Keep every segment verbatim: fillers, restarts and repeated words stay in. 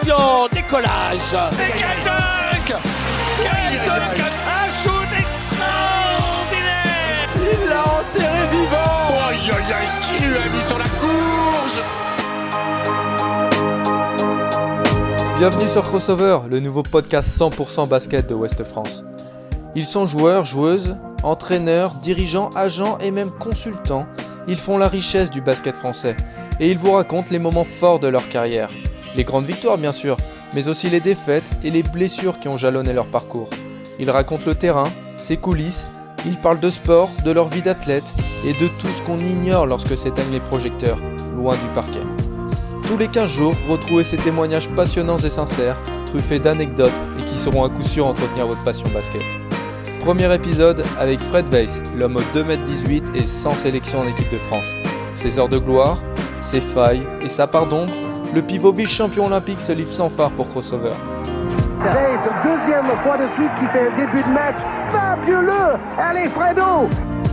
Attention, décollage. C'est quel dunk! Quel dunk! Un shoot extraordinaire! Il l'a enterré vivant. Aïe aïe aïe, ce qu'il lui a mis sur la courge! Bienvenue sur Crossover, le nouveau podcast cent pour cent basket de Ouest France. Ils sont joueurs, joueuses, entraîneurs, dirigeants, agents et même consultants. Ils font la richesse du basket français et ils vous racontent les moments forts de leur carrière. Les grandes victoires bien sûr, mais aussi les défaites et les blessures qui ont jalonné leur parcours. Ils racontent le terrain, ses coulisses, ils parlent de sport, de leur vie d'athlète et de tout ce qu'on ignore lorsque s'éteignent les projecteurs, loin du parquet. Tous les quinze jours, retrouvez ces témoignages passionnants et sincères, truffés d'anecdotes et qui seront à coup sûr entretenir votre passion basket. Premier épisode avec Fred Weiss, l'homme aux deux mètres dix-huit et sans sélection en équipe de France. Ses heures de gloire, ses failles et sa part d'ombre, le pivot vice-champion olympique se livre sans phare pour Crossover. Weiss, deuxième fois de suite qui fait un début de match fabuleux. Allez Fredo!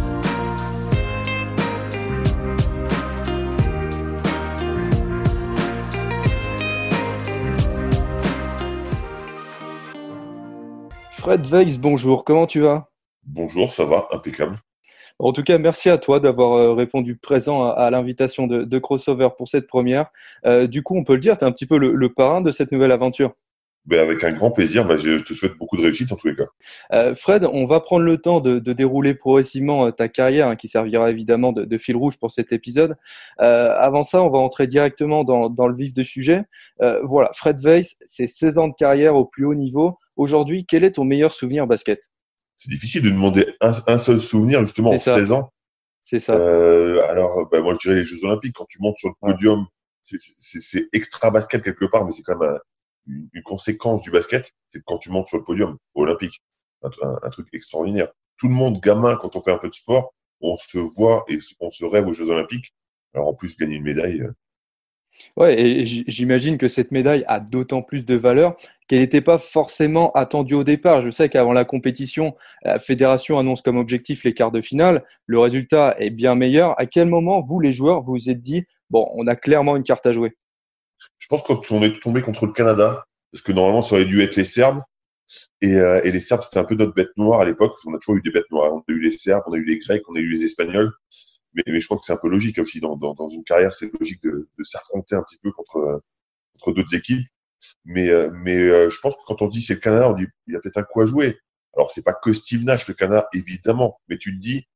Fred Weiss, bonjour, comment tu vas ? Bonjour, ça va, impeccable. En tout cas, merci à toi d'avoir répondu présent à, à l'invitation de, de Crossover pour cette première. Euh, du coup, on peut le dire, tu es un petit peu le, le parrain de cette nouvelle aventure. Ben avec un grand plaisir, ben je te souhaite beaucoup de réussite en tous les cas. Euh, Fred, on va prendre le temps de, de dérouler progressivement ta carrière, hein, qui servira évidemment de, de fil rouge pour cet épisode. Euh, avant ça, on va entrer directement dans, dans le vif du sujet. Euh, voilà, Fred Weiss, c'est seize ans de carrière au plus haut niveau. Aujourd'hui, quel est ton meilleur souvenir basket ? C'est difficile de demander un, un seul souvenir justement C'est en ça. seize ans. C'est ça. Euh, alors, ben moi je dirais les Jeux Olympiques. Quand tu montes sur le podium, ouais. c'est, c'est, c'est extra basket quelque part, mais c'est quand même un, une, une conséquence du basket. C'est quand tu montes sur le podium olympique, un, un, un truc extraordinaire. Tout le monde, gamin, quand on fait un peu de sport, on se voit et on se rêve aux Jeux Olympiques. Alors en plus, gagner une médaille. Euh, Ouais, et j'imagine que cette médaille a d'autant plus de valeur qu'elle n'était pas forcément attendue au départ. Je sais qu'avant la compétition, la fédération annonce comme objectif les quarts de finale. Le résultat est bien meilleur. À quel moment, vous, les joueurs, vous vous êtes dit « Bon, on a clairement une carte à jouer ». Je pense quand on est tombé contre le Canada, parce que normalement, ça aurait dû être les Serbes. Et, euh, et les Serbes, c'était un peu notre bête noire à l'époque. On a toujours eu des bêtes noires. On a eu les Serbes, on a eu les Grecs, on a eu les Espagnols. Mais, mais je crois que c'est un peu logique aussi dans, dans, dans une carrière, c'est logique de, de s'affronter un petit peu contre, contre d'autres équipes. Mais, mais euh, je pense que quand on dit c'est le Canada, on dit il y a peut-être un coup à jouer. Alors c'est pas que Steve Nash le Canada évidemment, mais tu te dis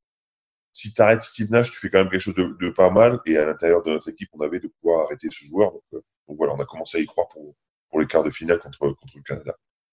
si tu arrêtes Steve Nash, tu fais quand même quelque chose de, de pas mal. Et à l'intérieur de notre équipe, on avait de pouvoir arrêter ce joueur. Donc, euh, donc voilà, on a commencé à y croire pour pour les quarts de finale contre contre le Canada.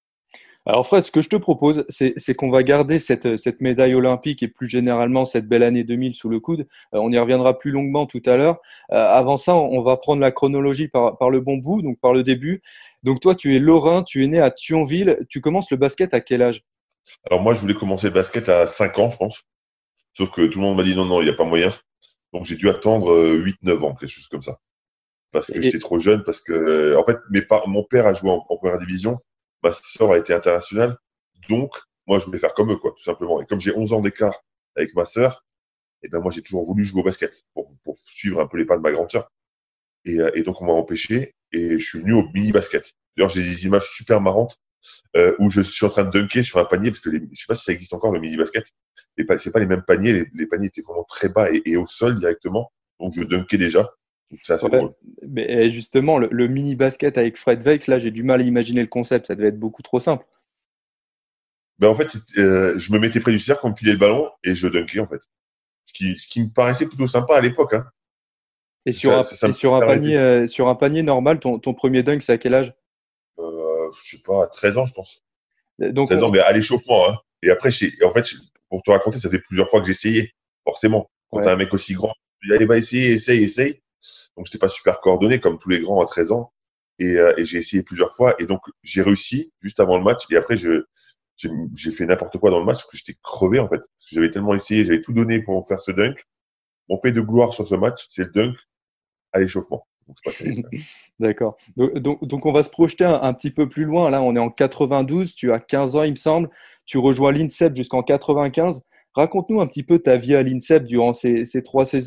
Alors Fred, ce que je te propose, c'est, c'est qu'on va garder cette, cette médaille olympique et plus généralement cette belle année deux mille sous le coude. Euh, on y reviendra plus longuement tout à l'heure. Euh, avant ça, on va prendre la chronologie par, par le bon bout, donc par le début. Donc toi, tu es lorrain, tu es né à Thionville. Tu commences le basket à quel âge ? Alors moi, je voulais commencer le basket à cinq ans, je pense. Sauf que tout le monde m'a dit non, non, il n'y a pas moyen. Donc j'ai dû attendre huit neuf ans, quelque chose comme ça. Parce que et... j'étais trop jeune, parce que en fait, mes par... mon père a joué en, en première division. Ma sœur a été internationale, donc moi je voulais faire comme eux, quoi, tout simplement. Et comme j'ai onze ans d'écart avec ma sœur, et ben moi j'ai toujours voulu jouer au basket pour, pour suivre un peu les pas de ma grande sœur. Et, et donc on m'a empêché et je suis venu au mini basket. D'ailleurs j'ai des images super marrantes euh, où je suis en train de dunker sur un panier parce que les, je sais pas si ça existe encore le mini basket. Et c'est pas les mêmes paniers, les, les paniers étaient vraiment très bas et, et au sol directement. Donc je dunkais déjà. Donc ça c'est ouais, drôle. Mais justement, le, le mini basket avec Fred Weiss, là j'ai du mal à imaginer le concept. Ça devait être beaucoup trop simple. Ben en fait, euh, je me mettais près du cercle, on me filait le ballon et je dunkais en fait. Ce qui, ce qui me paraissait plutôt sympa à l'époque. Hein. Et sur ça, un, ça, ça et sur un panier, euh, sur un panier normal, ton, ton premier dunk, c'est à quel âge ? euh, Je sais pas, treize ans je pense. Donc, treize on... ans, mais à l'échauffement. Hein. Et après, en fait, pour te raconter, ça fait plusieurs fois que j'essayais, forcément. Quand ouais. t'as un mec aussi grand, tu dis allez, va essayer, essaye, essaye. Donc, j'étais pas super coordonné comme tous les grands à treize ans. Et, euh, et j'ai essayé plusieurs fois. Et donc, j'ai réussi juste avant le match. Et après, je, j'ai, j'ai fait n'importe quoi dans le match parce que j'étais crevé, en fait. Parce que j'avais tellement essayé, j'avais tout donné pour faire ce dunk. Mon fait de gloire sur ce match, c'est le dunk à l'échauffement. Donc, c'est pas terrible. D'accord. Donc, donc, donc, on va se projeter un, un petit peu plus loin. Là, on est en quatre-vingt-douze. Tu as quinze ans, il me semble. Tu rejoins l'INSEP jusqu'en quatre-vingt-quinze. Raconte-nous un petit peu ta vie à l'INSEP durant ces, ces trois saisons.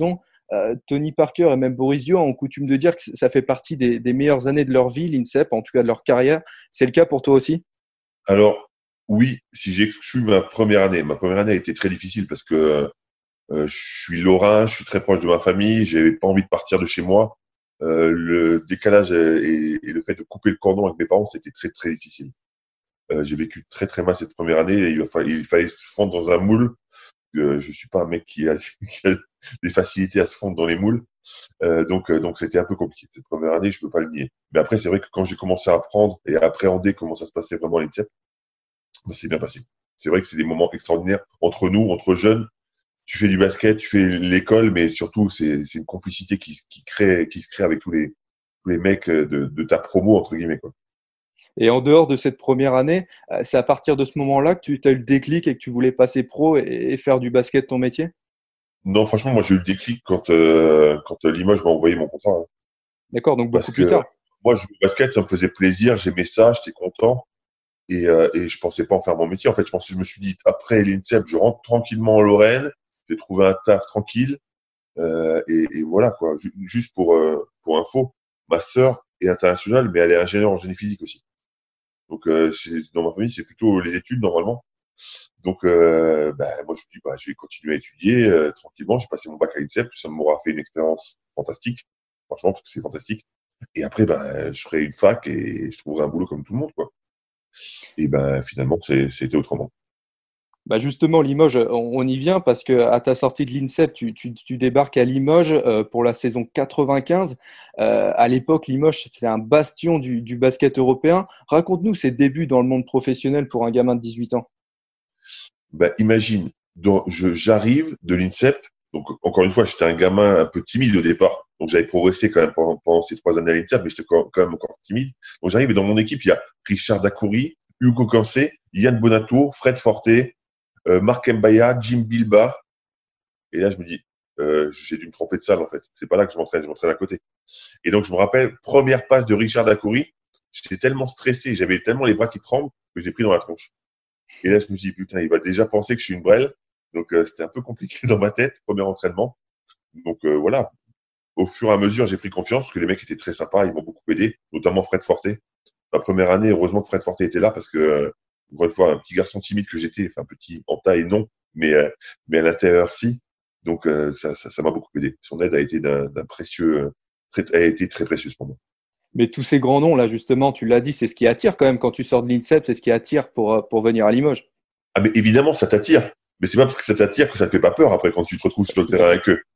Euh, Tony Parker et même Boris Dio ont coutume de dire que ça fait partie des, des meilleures années de leur vie, l'INSEP, en tout cas de leur carrière. C'est le cas pour toi aussi? Alors, oui, si j'exclus ma première année. Ma première année a été très difficile parce que euh, je suis lorrain, je suis très proche de ma famille, j'avais pas envie de partir de chez moi. Euh, le décalage et, et le fait de couper le cordon avec mes parents, c'était très très difficile. Euh, j'ai vécu très très mal cette première année et il, fa- il fallait se fondre dans un moule. Euh, je suis pas un mec qui a, qui a des facilités à se fondre dans les moules, euh, donc euh, donc c'était un peu compliqué cette première année, je peux pas le nier. Mais après c'est vrai que quand j'ai commencé à apprendre et à appréhender comment ça se passait vraiment à l'INSEP, bah, c'est bien passé. C'est vrai que c'est des moments extraordinaires entre nous, entre jeunes. Tu fais du basket, tu fais l'école, mais surtout c'est c'est une complicité qui qui crée qui se crée avec tous les tous les mecs de de ta promo entre guillemets quoi. Et en dehors de cette première année, euh, c'est à partir de ce moment-là que tu as eu le déclic et que tu voulais passer pro et, et faire du basket ton métier? Non, franchement, moi j'ai eu le déclic quand euh, quand Limoges m'a envoyé mon contrat. Hein. D'accord, donc beaucoup Parce plus que tard. moi, jouer au basket, ça me faisait plaisir, j'aimais ça, j'étais content. Et, euh, et je pensais pas en faire mon métier. En fait, je pense, je me suis dit, après l'INSEP, je rentre tranquillement en Lorraine, j'ai trouvé un taf tranquille. Euh, et, et voilà, quoi. Juste pour, euh, pour info, ma sœur est internationale, mais elle est ingénieure en génie physique aussi. Donc, euh, c'est- dans ma famille, c'est plutôt les études, normalement. Donc, euh, bah, moi, je me dis, bah, je vais continuer à étudier euh, tranquillement. J'ai passé mon bac à l'INSEP, ça m'aura fait une expérience fantastique. Franchement, parce que c'est fantastique. Et après, ben, je ferai une fac et je trouverai un boulot comme tout le monde, quoi. Et ben, finalement, c'est, c'était autrement. Bah justement, Limoges, on, on y vient parce que à ta sortie de l'INSEP, tu, tu, tu débarques à Limoges euh, pour la saison quatre-vingt-quinze. Euh, à l'époque, Limoges, c'était un bastion du, du basket européen. Raconte-nous ses débuts dans le monde professionnel pour un gamin de dix-huit ans. Ben, imagine, dans, je, j'arrive de l'INSEP. Donc, encore une fois, j'étais un gamin un peu timide au départ. Donc, j'avais progressé quand même pendant, pendant ces trois années à l'INSEP, mais j'étais quand même encore timide. Donc, j'arrive et dans mon équipe, il y a Richard Dacoury, Hugo Cancé, Yann Bonato, Fred Forte, euh, Marc Mbaya, Jim Bilba. Et là, je me dis, euh, j'ai dû me tromper de salle, en fait. C'est pas là que je m'entraîne, je m'entraîne à côté. Et donc, je me rappelle, première passe de Richard Dacoury. J'étais tellement stressé, j'avais tellement les bras qui tremblent que j'ai pris dans la tronche. Et là, je me suis dit, putain, il va déjà penser que je suis une brêle. Donc, euh, c'était un peu compliqué dans ma tête, premier entraînement. Donc, euh, voilà. Au fur et à mesure, j'ai pris confiance parce que les mecs étaient très sympas, ils m'ont beaucoup aidé, notamment Fred Forte. Ma première année, heureusement que Fred Forte était là parce que, euh, encore une fois, un petit garçon timide que j'étais, enfin, petit en taille, non, mais, euh, mais à l'intérieur, si. Donc, euh, ça, ça, ça m'a beaucoup aidé. Son aide a été d'un, d'un précieux, très, a été très précieuse pour moi. Mais tous ces grands noms, là, justement, tu l'as dit, c'est ce qui attire quand même quand tu sors de l'INSEP, c'est ce qui attire pour, pour venir à Limoges. Ah, mais évidemment, ça t'attire. Mais c'est pas parce que ça t'attire que ça te fait pas peur après quand tu te retrouves sur le terrain avec eux.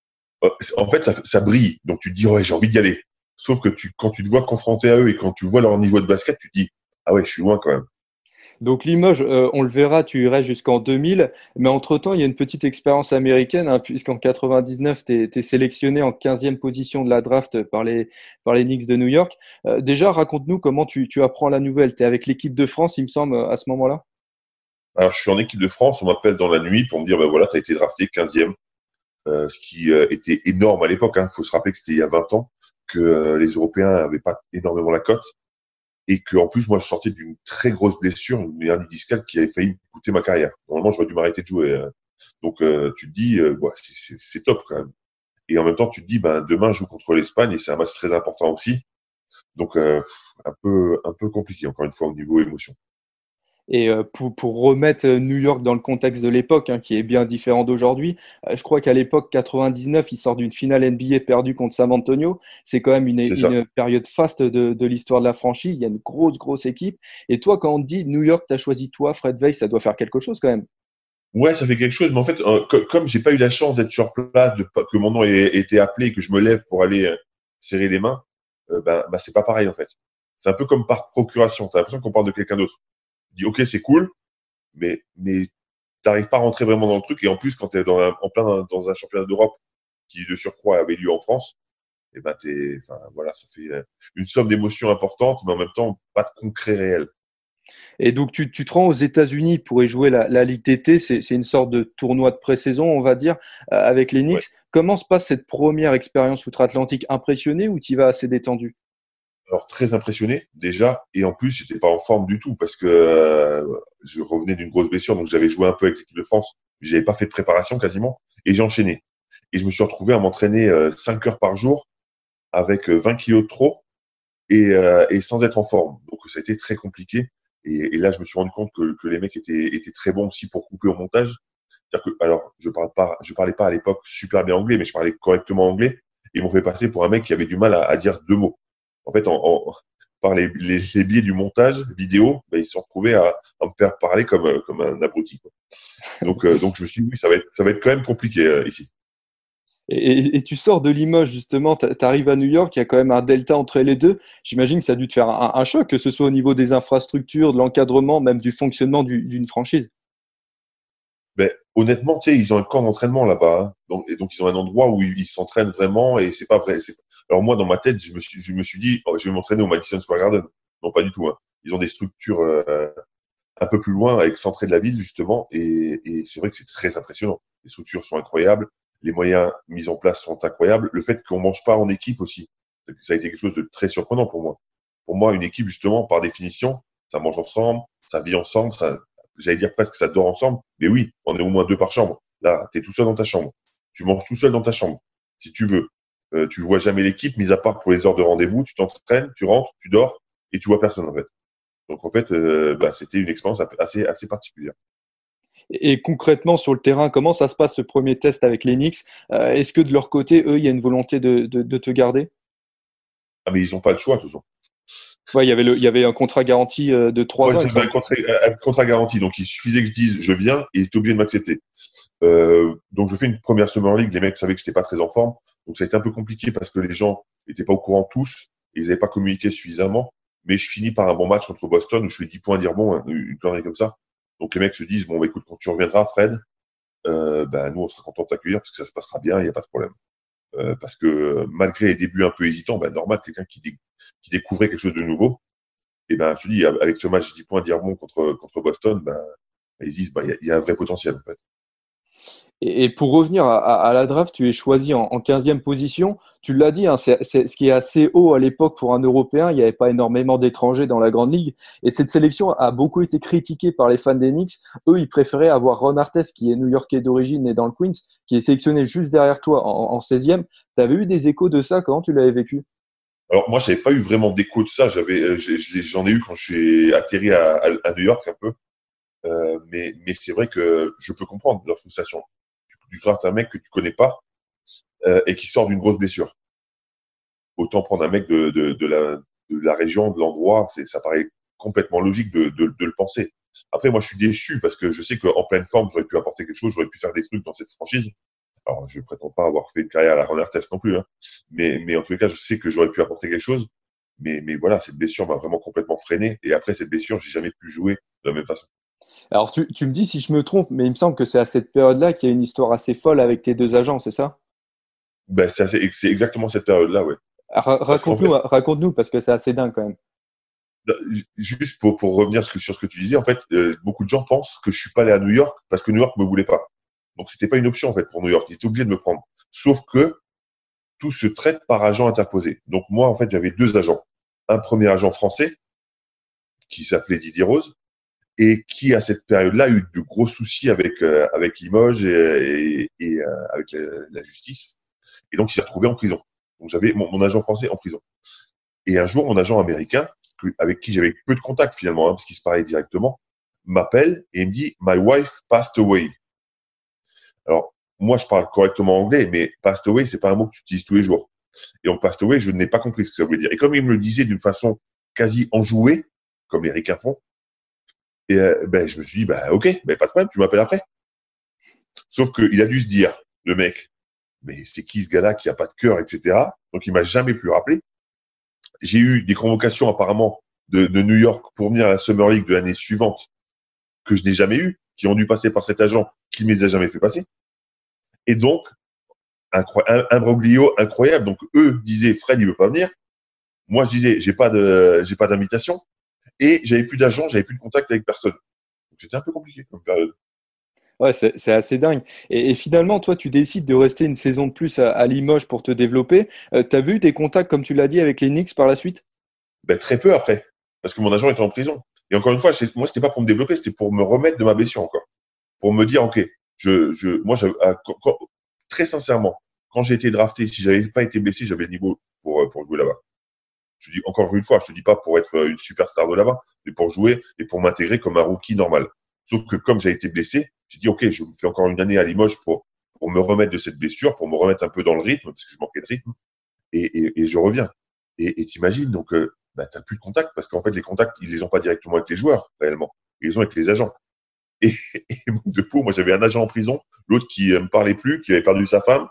En fait, ça, ça brille. Donc, tu te dis, ouais, j'ai envie d'y aller. Sauf que tu, quand tu te vois confronté à eux et quand tu vois leur niveau de basket, tu te dis, ah ouais, je suis loin quand même. Donc Limoges, euh, on le verra, tu irais jusqu'en deux mille, mais entre-temps, il y a une petite expérience américaine, hein, puisqu'en quatre-vingt-dix-neuf, tu es sélectionné en quinzième position de la draft par les, par les Knicks de New York. Euh, déjà, raconte-nous comment tu, tu apprends la nouvelle. Tu es avec l'équipe de France, il me semble, à ce moment-là? Alors, je suis en équipe de France, on m'appelle dans la nuit pour me dire, ben voilà, tu as été drafté quinzième. Euh, ce qui euh, était énorme à l'époque. Il hein. faut se rappeler que c'était il y a vingt ans, que euh, les Européens n'avaient pas énormément la cote et que en plus, moi, je sortais d'une très grosse blessure, une hernie discale qui avait failli me coûter ma carrière. Normalement, j'aurais dû m'arrêter de jouer. Euh. Donc, euh, tu te dis, euh, ouais, c'est, c'est, c'est top quand même. Et en même temps, tu te dis, ben demain, je joue contre l'Espagne et c'est un match très important aussi. Donc, euh, un peu, un peu compliqué encore une fois au niveau émotion. Et euh, pour, pour remettre New York dans le contexte de l'époque, hein, qui est bien différent d'aujourd'hui, euh, je crois qu'à l'époque quatre-vingt-dix-neuf, il sort d'une finale N B A perdue contre San Antonio. C'est quand même une, une période faste de, de l'histoire de la franchise. Il y a une grosse, grosse équipe. Et toi, quand on te dit New York, t'as choisi toi, Fred Weiss, ça doit faire quelque chose quand même. Ouais, ça fait quelque chose. Mais en fait, euh, comme, comme j'ai pas eu la chance d'être sur place, de, que mon nom ait été appelé, que je me lève pour aller euh, serrer les mains, euh, ben, ben c'est pas pareil en fait. C'est un peu comme par procuration. T'as l'impression qu'on parle de quelqu'un d'autre. Dis ok c'est cool mais mais t'arrives pas à rentrer vraiment dans le truc et en plus quand t'es dans un, en plein dans, dans un championnat d'Europe qui de surcroît avait lieu en France et ben t'es enfin voilà ça fait une somme d'émotions importante mais en même temps pas de concret réel. Et donc tu, tu te rends aux États-Unis pour y jouer la, la Ligue T T, c'est, c'est une sorte de tournoi de pré-saison on va dire euh, avec les Knicks. Ouais. Comment se passe cette première expérience outre-Atlantique? Impressionné ou t'y vas assez détendu? Alors très impressionné déjà et en plus j'étais pas en forme du tout parce que euh, je revenais d'une grosse blessure donc j'avais joué un peu avec l'équipe de France mais j'avais pas fait de préparation quasiment et j'ai enchaîné Et je me suis retrouvé à m'entraîner euh, cinq heures par jour avec euh, vingt kilos de trop et, euh, et sans être en forme. Donc, ça a été très compliqué. Et, et là, je me suis rendu compte que, que les mecs étaient, étaient très bons aussi pour couper au montage. C'est-à-dire que, alors, je parle pas, je parlais pas à l'époque super bien anglais, mais je parlais correctement anglais. Ils m'ont fait passer pour un mec qui avait du mal à, à dire deux mots. En fait, en, en, par les, les, les biais du montage vidéo, ben, ils se sont retrouvés à, à me faire parler comme, comme un abruti, quoi. Donc, euh, donc, je me suis dit, oui, ça va être, ça va être quand même compliqué euh, ici. Et, et tu sors de Limoges, justement, tu arrives à New York, il y a quand même un delta entre les deux. J'imagine que ça a dû te faire un, un choc, que ce soit au niveau des infrastructures, de l'encadrement, même du fonctionnement du, d'une franchise. Ben, honnêtement, tu sais, ils ont un camp d'entraînement là-bas, hein. Donc, et donc ils ont un endroit où ils, ils s'entraînent vraiment, et c'est pas vrai. C'est... Alors moi, dans ma tête, je me suis, je me suis dit, oh, je vais m'entraîner au Madison Square Garden. Non, pas du tout, hein. Ils ont des structures euh, un peu plus loin, avec excentrées de la ville justement, et, et c'est vrai que c'est très impressionnant. Les structures sont incroyables, les moyens mis en place sont incroyables. Le fait qu'on mange pas en équipe aussi, ça a été quelque chose de très surprenant pour moi. Pour moi, une équipe justement, par définition, ça mange ensemble, ça vit ensemble, ça j'allais dire presque que ça dort ensemble, mais oui, on est au moins deux par chambre. Là, tu es tout seul dans ta chambre. Tu manges tout seul dans ta chambre, si tu veux. Euh, tu vois jamais l'équipe, mis à part pour les heures de rendez-vous. Tu t'entraînes, tu rentres, tu dors et tu vois personne en fait. Donc en fait, euh, bah, c'était une expérience assez assez particulière. Et concrètement, sur le terrain, comment ça se passe ce premier test avec les Knicks? euh, Est-ce que de leur côté, eux, il y a une volonté de, de, de te garder? Ah mais ils ont pas le choix, de toute façon. Ouais, il y avait le, il y avait un contrat garanti euh, de trois Ouais, ans. j'avais un contrat, un contrat garanti, donc il suffisait que je dise je viens et ils étaient obligés de m'accepter. Euh, donc je fais une première Summer League, les mecs savaient que j'étais pas très en forme, donc ça a été un peu compliqué parce que les gens étaient pas au courant tous, et ils avaient pas communiqué suffisamment. Mais je finis par un bon match contre Boston où je fais dix points dire bon, une connerie comme ça. Donc les mecs se disent bon bah écoute, quand tu reviendras, Fred, euh, bah nous on sera content de t'accueillir parce que ça se passera bien, il y a pas de problème. Euh, parce que malgré les débuts un peu hésitants, bah normal, quelqu'un qui, dé- qui découvrait quelque chose de nouveau. Et ben, je te dis, avec ce match dix points d'Irmont contre, contre Boston, ben, ils disent, ben, il y a, il y a un vrai potentiel, en fait. Et, et pour revenir à, à, à la draft, tu es choisi en, en quinzième position. Tu l'as dit, hein, c'est, c'est ce qui est assez haut à l'époque pour un Européen. Il n'y avait pas énormément d'étrangers dans la Grande Ligue. Et cette sélection a beaucoup été critiquée par les fans des Knicks. Eux, ils préféraient avoir Ron Artest, qui est new-yorkais d'origine et dans le Queens, qui est sélectionné juste derrière toi en, en seizième. Tu avais eu des échos de ça? Comment tu l'avais vécu? Alors, moi, j'avais pas eu vraiment d'écho de ça. J'avais, j'ai, j'en ai eu quand je suis atterri à, à, à New York un peu. Euh, mais, mais c'est vrai que je peux comprendre leur frustration. Tu, tu draftes un mec que tu connais pas, euh, et qui sort d'une grosse blessure. Autant prendre un mec de, de, de la, de la région, de l'endroit, c'est, ça paraît complètement logique de, de, de le penser. Après, moi, je suis déçu parce que je sais qu'en pleine forme, j'aurais pu apporter quelque chose, j'aurais pu faire des trucs dans cette franchise. Alors, je prétends pas avoir fait une carrière à la Ron Artest non plus, hein. Mais, mais en tous les cas, je sais que j'aurais pu apporter quelque chose. Mais, mais voilà, cette blessure m'a vraiment complètement freiné. Et après cette blessure, j'ai jamais pu jouer de la même façon. Alors, tu, tu me dis si je me trompe, mais il me semble que c'est à cette période-là qu'il y a une histoire assez folle avec tes deux agents, c'est ça? Ben, c'est, assez, c'est exactement cette période-là, ouais. Ra- raconte-nous, fait, raconte-nous, parce que c'est assez dingue quand même. Juste pour, pour revenir sur ce que tu disais, en fait, euh, beaucoup de gens pensent que je suis pas allé à New York parce que New York me voulait pas. Donc, c'était pas une option, en fait, pour New York. Ils étaient obligés de me prendre. Sauf que tout se traite par agent interposé. Donc, moi, en fait, j'avais deux agents. Un premier agent français qui s'appelait Didier Rose et qui, à cette période-là, a eu de gros soucis avec, euh, avec Limoges et, et, et euh, avec la, la justice. Et donc, il s'est retrouvé en prison. Donc, j'avais mon, mon agent français en prison. Et un jour, mon agent américain, que, avec qui j'avais peu de contact finalement, hein, parce qu'il se parlait directement, m'appelle et il me dit « My wife passed away ». Alors, moi, je parle correctement anglais, mais « passed away », c'est pas un mot que tu utilises tous les jours. Et en « passed away », je n'ai pas compris ce que ça voulait dire. Et comme il me le disait d'une façon quasi enjouée, comme les ricains font, et euh, ben, je me suis dit « bah ok, ben, pas de problème, tu m'appelles après ». Sauf qu'il a dû se dire, le mec, mais c'est qui ce gars-là qui a pas de cœur, et cetera. Donc, il m'a jamais pu rappeler. J'ai eu des convocations apparemment de, de New York pour venir à la Summer League de l'année suivante que je n'ai jamais eu, qui ont dû passer par cet agent qui ne les a jamais fait passer. Et donc, incro- un imbroglio incroyable. Donc, eux disaient, Fred, il veut pas venir. Moi, je disais, j'ai pas de, j'ai pas d'invitation. Et j'avais plus d'agent, j'avais plus de contact avec personne. Donc, c'était un peu compliqué comme période. Ouais, c'est, c'est assez dingue. Et, et finalement, toi, tu décides de rester une saison de plus à, à Limoges pour te développer. Euh, tu as vu tes contacts, comme tu l'as dit, avec les Knicks par la suite? Ben, très peu après. Parce que mon agent était en prison. Et encore une fois, moi, c'était pas pour me développer, c'était pour me remettre de ma blessure encore. Pour me dire, OK, je, je, moi, je, à, quand, très sincèrement, quand j'ai été drafté, si j'avais pas été blessé, j'avais le niveau pour, pour jouer là-bas. Je dis encore une fois, je te dis pas pour être une superstar de là-bas, mais pour jouer et pour m'intégrer comme un rookie normal. Sauf que comme j'ai été blessé, j'ai dit, OK, je me fais encore une année à Limoges pour, pour me remettre de cette blessure, pour me remettre un peu dans le rythme, parce que je manquais de rythme, et, et, et je reviens. Et, et t'imagines, donc, euh, bah, t'as plus de contacts, parce qu'en fait, les contacts, ils les ont pas directement avec les joueurs, réellement. Ils les ont avec les agents. Et, et de peau, moi, j'avais un agent en prison, l'autre qui ne me parlait plus, qui avait perdu sa femme.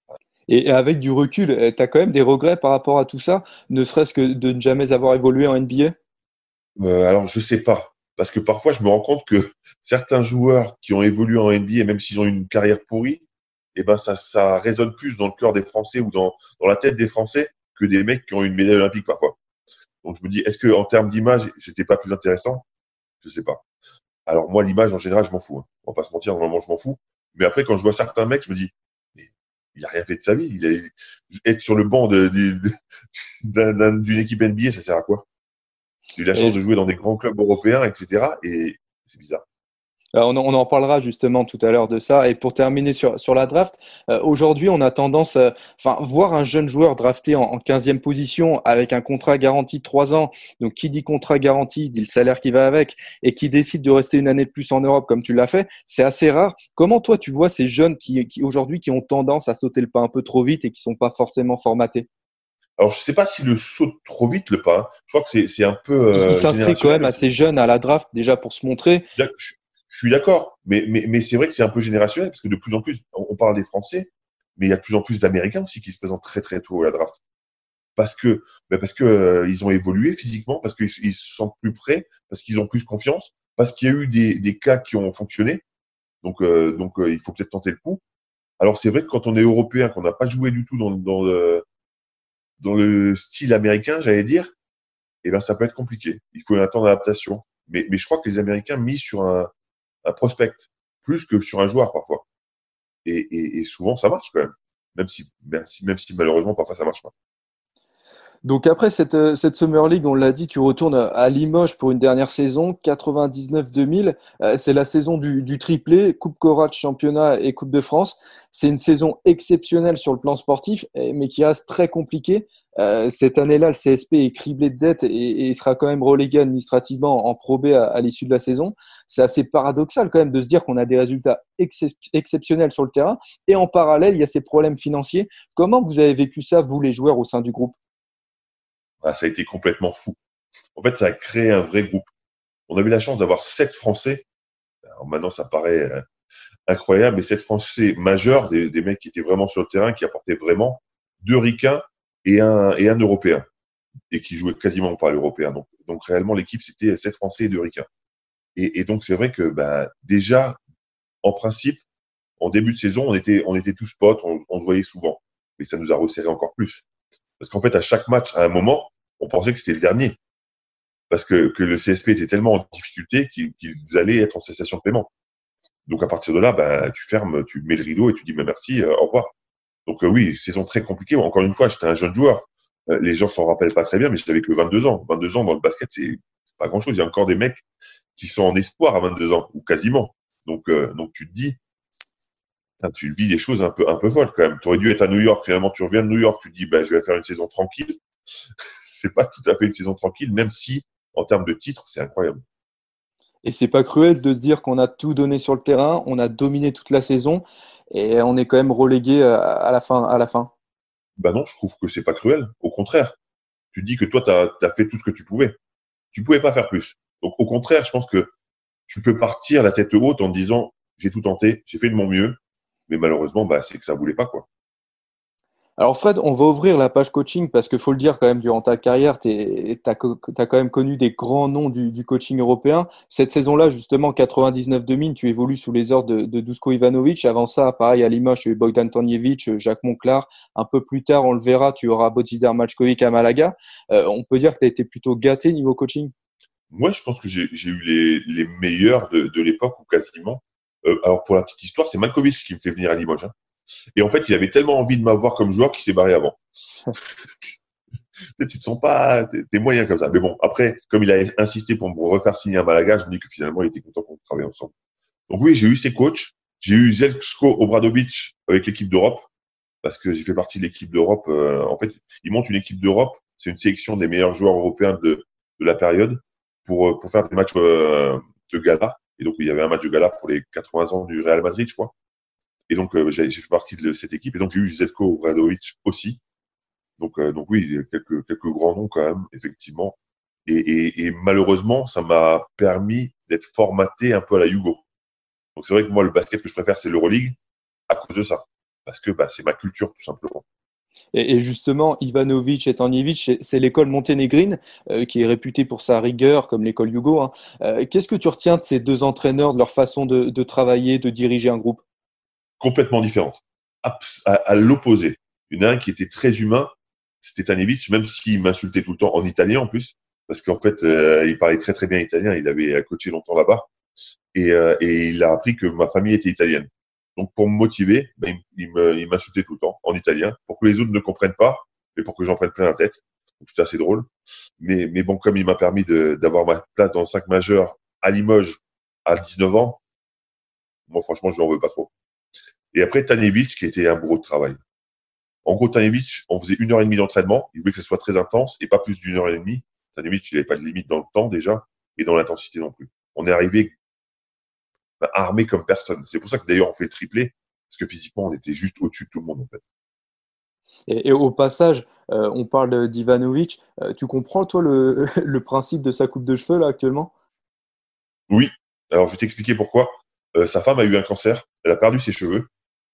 Et avec du recul, tu as quand même des regrets par rapport à tout ça, ne serait-ce que de ne jamais avoir évolué en N B A? euh, Alors, je sais pas. Parce que parfois, je me rends compte que certains joueurs qui ont évolué en N B A, même s'ils ont une carrière pourrie, eh ben, ça, ça résonne plus dans le cœur des Français ou dans, dans la tête des Français que des mecs qui ont une médaille olympique parfois. Donc, je me dis, est-ce que en termes d'image, c'était pas plus intéressant? Je sais pas. Alors, moi, l'image, en général, je m'en fous. Hein. On va pas se mentir, normalement, je m'en fous. Mais après, quand je vois certains mecs, je me dis, mais il a rien fait de sa vie. Il a, être sur le banc de, de, de, d'un, d'un, d'une équipe N B A, ça sert à quoi? J'ai eu la chance de jouer dans des grands clubs européens, et cetera. Et c'est bizarre. Alors, on, en, on en parlera justement tout à l'heure de ça. Et pour terminer sur, sur la draft, euh, aujourd'hui, on a tendance, euh, enfin, voir un jeune joueur drafté en, en quinzième position avec un contrat garanti de trois ans. Donc, qui dit contrat garanti, dit le salaire qui va avec, et qui décide de rester une année de plus en Europe comme tu l'as fait, c'est assez rare. Comment toi, tu vois ces jeunes qui, qui aujourd'hui, qui ont tendance à sauter le pas un peu trop vite et qui sont pas forcément formatés? Alors, je sais pas si le saute trop vite le pas. Hein. Je crois que c'est, c'est un peu. Euh, il s'inscrit quand même assez jeune à la draft déjà pour se montrer. Je, je suis d'accord, mais, mais, mais c'est vrai que c'est un peu générationnel parce que de plus en plus, on, on parle des Français, mais il y a de plus en plus d'Américains aussi qui se présentent très très tôt à la draft. Parce que, ben parce que euh, ils ont évolué physiquement, parce qu'ils ils se sentent plus prêts, parce qu'ils ont plus confiance, parce qu'il y a eu des, des cas qui ont fonctionné. Donc, euh, donc euh, il faut peut-être tenter le coup. Alors c'est vrai que quand on est européen, qu'on n'a pas joué du tout dans, dans le dans le style américain, j'allais dire, eh ben ça peut être compliqué. Il faut un temps d'adaptation. Mais, mais je crois que les Américains misent sur un, un prospect plus que sur un joueur parfois. Et, et, et souvent ça marche quand même, même si, même si, même si malheureusement parfois ça marche pas. Donc après cette, cette Summer League, on l'a dit, tu retournes à Limoges pour une dernière saison, quatre-vingt-dix-neuf deux mille. Euh, c'est la saison du, du triplé, Coupe Corat, Championnat et Coupe de France. C'est une saison exceptionnelle sur le plan sportif, mais qui reste très compliquée. Euh, cette année-là, le C S P est criblé de dettes et, et il sera quand même relégué administrativement en Pro B à, à l'issue de la saison. C'est assez paradoxal quand même de se dire qu'on a des résultats ex- exceptionnels sur le terrain et en parallèle, il y a ces problèmes financiers. Comment vous avez vécu ça, vous les joueurs au sein du groupe? Ah, ça a été complètement fou. En fait, ça a créé un vrai groupe. On a eu la chance d'avoir sept Français. Alors maintenant, ça paraît euh, incroyable, mais sept Français majeurs, des, des mecs qui étaient vraiment sur le terrain, qui apportaient vraiment deux Ricains et un, et un Européen, et qui jouaient quasiment pas l'Européen. Donc, donc réellement, l'équipe, c'était sept Français et deux Ricains. Et, et donc, c'est vrai que bah, déjà, en principe, en début de saison, on était, on était tous potes, on, on se voyait souvent. Mais ça nous a resserré encore plus. Parce qu'en fait, à chaque match, à un moment, on pensait que c'était le dernier. Parce que, que le C S P était tellement en difficulté qu'ils, qu'ils allaient être en cessation de paiement. Donc, à partir de là, ben, tu fermes, tu mets le rideau et tu dis, ben, merci, euh, au revoir. Donc, euh, oui, saison très compliquée. Encore une fois, j'étais un jeune joueur. Euh, les gens s'en rappellent pas très bien, mais j'avais que vingt-deux ans. vingt-deux ans dans le basket, c'est, c'est pas grand chose. Il y a encore des mecs qui sont en espoir à vingt-deux ans, ou quasiment. Donc, euh, donc tu te dis, tu vis des choses un peu, un peu folles quand même. Tu aurais dû être à New York, finalement, tu reviens de New York, tu te dis, bah, je vais faire une saison tranquille. C'est pas tout à fait une saison tranquille, même si, en termes de titres, c'est incroyable. Et c'est pas cruel de se dire qu'on a tout donné sur le terrain, on a dominé toute la saison et on est quand même relégué à la fin, à la fin. Bah non, je trouve que c'est pas cruel. Au contraire. Tu te dis que toi, t'as, t'as fait tout ce que tu pouvais. Tu pouvais pas faire plus. Donc, au contraire, je pense que tu peux partir la tête haute en te disant, j'ai tout tenté, j'ai fait de mon mieux. Mais malheureusement, bah, c'est que ça voulait pas, quoi. Alors Fred, on va ouvrir la page coaching parce qu'il faut le dire quand même, durant ta carrière, tu as quand même connu des grands noms du, du coaching européen. Cette saison-là, justement, quatre-vingt-dix-neuf deux mille, tu évolues sous les ordres de, de Duško Ivanović. Avant ça, pareil, à Limoges, tu as eu Bogdan Tanjević, Jacques Monclar. Un peu plus tard, on le verra, tu auras Božidar Mačković à Malaga. Euh, on peut dire que tu as été plutôt gâté niveau coaching? Moi, je pense que j'ai, j'ai eu les, les meilleurs de, de l'époque, ou quasiment. Euh, alors, pour la petite histoire, c'est Malkovich qui me fait venir à Limoges. Hein. Et en fait, il avait tellement envie de m'avoir comme joueur qu'il s'est barré avant. Tu te sens pas, t'es, t'es moyen comme ça. Mais bon, après, comme il a insisté pour me refaire signer à Malaga, je me dis que finalement, il était content qu'on travaille ensemble. Donc oui, j'ai eu ces coachs. J'ai eu Zeljko Obradović avec l'équipe d'Europe, parce que j'ai fait partie de l'équipe d'Europe. Euh, en fait, ils montent une équipe d'Europe, c'est une sélection des meilleurs joueurs européens de, de la période pour, pour faire des matchs euh, de gala. Et donc, il y avait un match de gala pour les quatre-vingts ans du Real Madrid, je crois. Et donc, euh, j'ai, j'ai fait partie de cette équipe. Et donc, j'ai eu Zeljko Obradović aussi. Donc, euh, donc oui, quelques, quelques grands noms quand même, effectivement. Et, et, et malheureusement, ça m'a permis d'être formaté un peu à la Jugo. Donc, c'est vrai que moi, le basket que je préfère, c'est l'Euroleague à cause de ça. Parce que bah, c'est ma culture, tout simplement. Et, et justement, Ivanovic et Tanjevic, c'est, c'est l'école monténégrine euh, qui est réputée pour sa rigueur, comme l'école Jugo. Hein. Euh, qu'est-ce que tu retiens de ces deux entraîneurs, de leur façon de, de travailler, de diriger un groupe? Complètement différente. À, à, à l'opposé. Il y en a un qui était très humain, c'était Tanjevic, même s'il m'insultait tout le temps en italien en plus, parce qu'en fait, euh, il parlait très très bien italien, il avait coaché longtemps là-bas, et, euh, et il a appris que ma famille était italienne. Donc pour me motiver, ben, il, il, me, il m'insultait tout le temps en italien, pour que les autres ne comprennent pas, mais pour que j'en prenne plein la tête. Donc c'était assez drôle. Mais, mais bon, comme il m'a permis de, d'avoir ma place dans le cinq majeur à Limoges à dix-neuf ans, moi franchement, je n'en veux pas trop. Et après, Tanjevic, qui était un bourreau de travail. En gros, Tanjevic, on faisait une heure et demie d'entraînement. Il voulait que ce soit très intense et pas plus d'une heure et demie. Tanjevic, il n'avait pas de limite dans le temps déjà et dans l'intensité non plus. On est arrivé bah, armé comme personne. C'est pour ça que d'ailleurs on fait le triplé, parce que physiquement, on était juste au-dessus de tout le monde en fait. Et, et au passage, euh, on parle d'Ivanovic. Euh, tu comprends, toi, le, le principe de sa coupe de cheveux là actuellement? Oui. Alors, je vais t'expliquer pourquoi. Euh, sa femme a eu un cancer. Elle a perdu ses cheveux.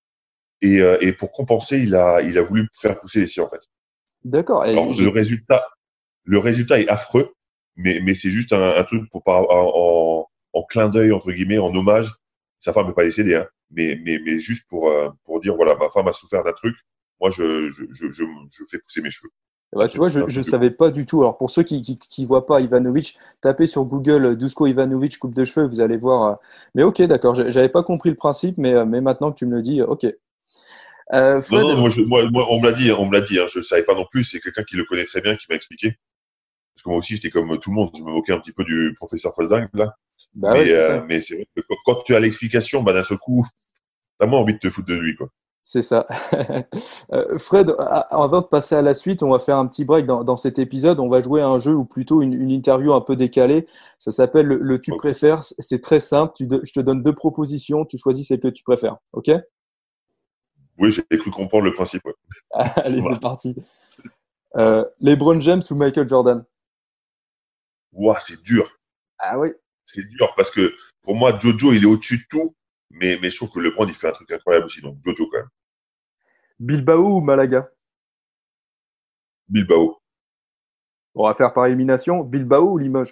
Et, euh, et pour compenser, il a, il a voulu faire pousser les siens, en fait. D'accord. Et Alors, j'ai- le résultat, le résultat est affreux, mais, mais c'est juste un, un truc pour par, en, en, en clin d'œil, entre guillemets, en hommage. Sa femme n'est pas décédée, hein. Mais, mais, mais juste pour, euh, pour dire, voilà, ma femme a souffert d'un truc. Moi, je, je, je, je, je fais pousser mes cheveux. Bah, tu vois, je ne savais pas du tout. Alors, pour ceux qui ne voient pas Ivanovic, tapez sur Google euh, Duško Ivanovic coupe de cheveux, vous allez voir. euh, Mais ok, d'accord, je n'avais pas compris le principe, mais, euh, mais maintenant que tu me le dis, euh, ok. Euh, Non, Fred, non, moi, je, moi, moi, on me l'a dit, hein, on me l'a dit, hein, je ne savais pas non plus. C'est quelqu'un qui le connaît très bien qui m'a expliqué. Parce que moi aussi, j'étais comme tout le monde. Je me moquais un petit peu du professeur Folding, là. bah Mais, ouais, c'est euh, ça. mais c'est vrai que quand, quand tu as l'explication, bah, d'un seul coup, t'as moins envie de te foutre de lui, quoi. C'est ça. Euh, Fred, a- avant de passer à la suite, on va faire un petit break dans, dans cet épisode. On va jouer à un jeu ou plutôt une, une interview un peu décalée. Ça s'appelle le, le tu Ok. préfères. C'est très simple. Tu de- je te donne deux propositions. Tu choisis celle que tu préfères. Ok? Oui, j'ai cru comprendre le principe, ouais. Allez, Ça marche. c'est parti. Euh, LeBron James ou Michael Jordan? Ouah, c'est dur. Ah oui. C'est dur parce que pour moi, Jojo, il est au-dessus de tout. Mais, mais je trouve que LeBron, il fait un truc incroyable aussi. Donc, Jojo, quand même. Bilbao ou Malaga? Bilbao. On va faire par élimination. Bilbao ou Limoges?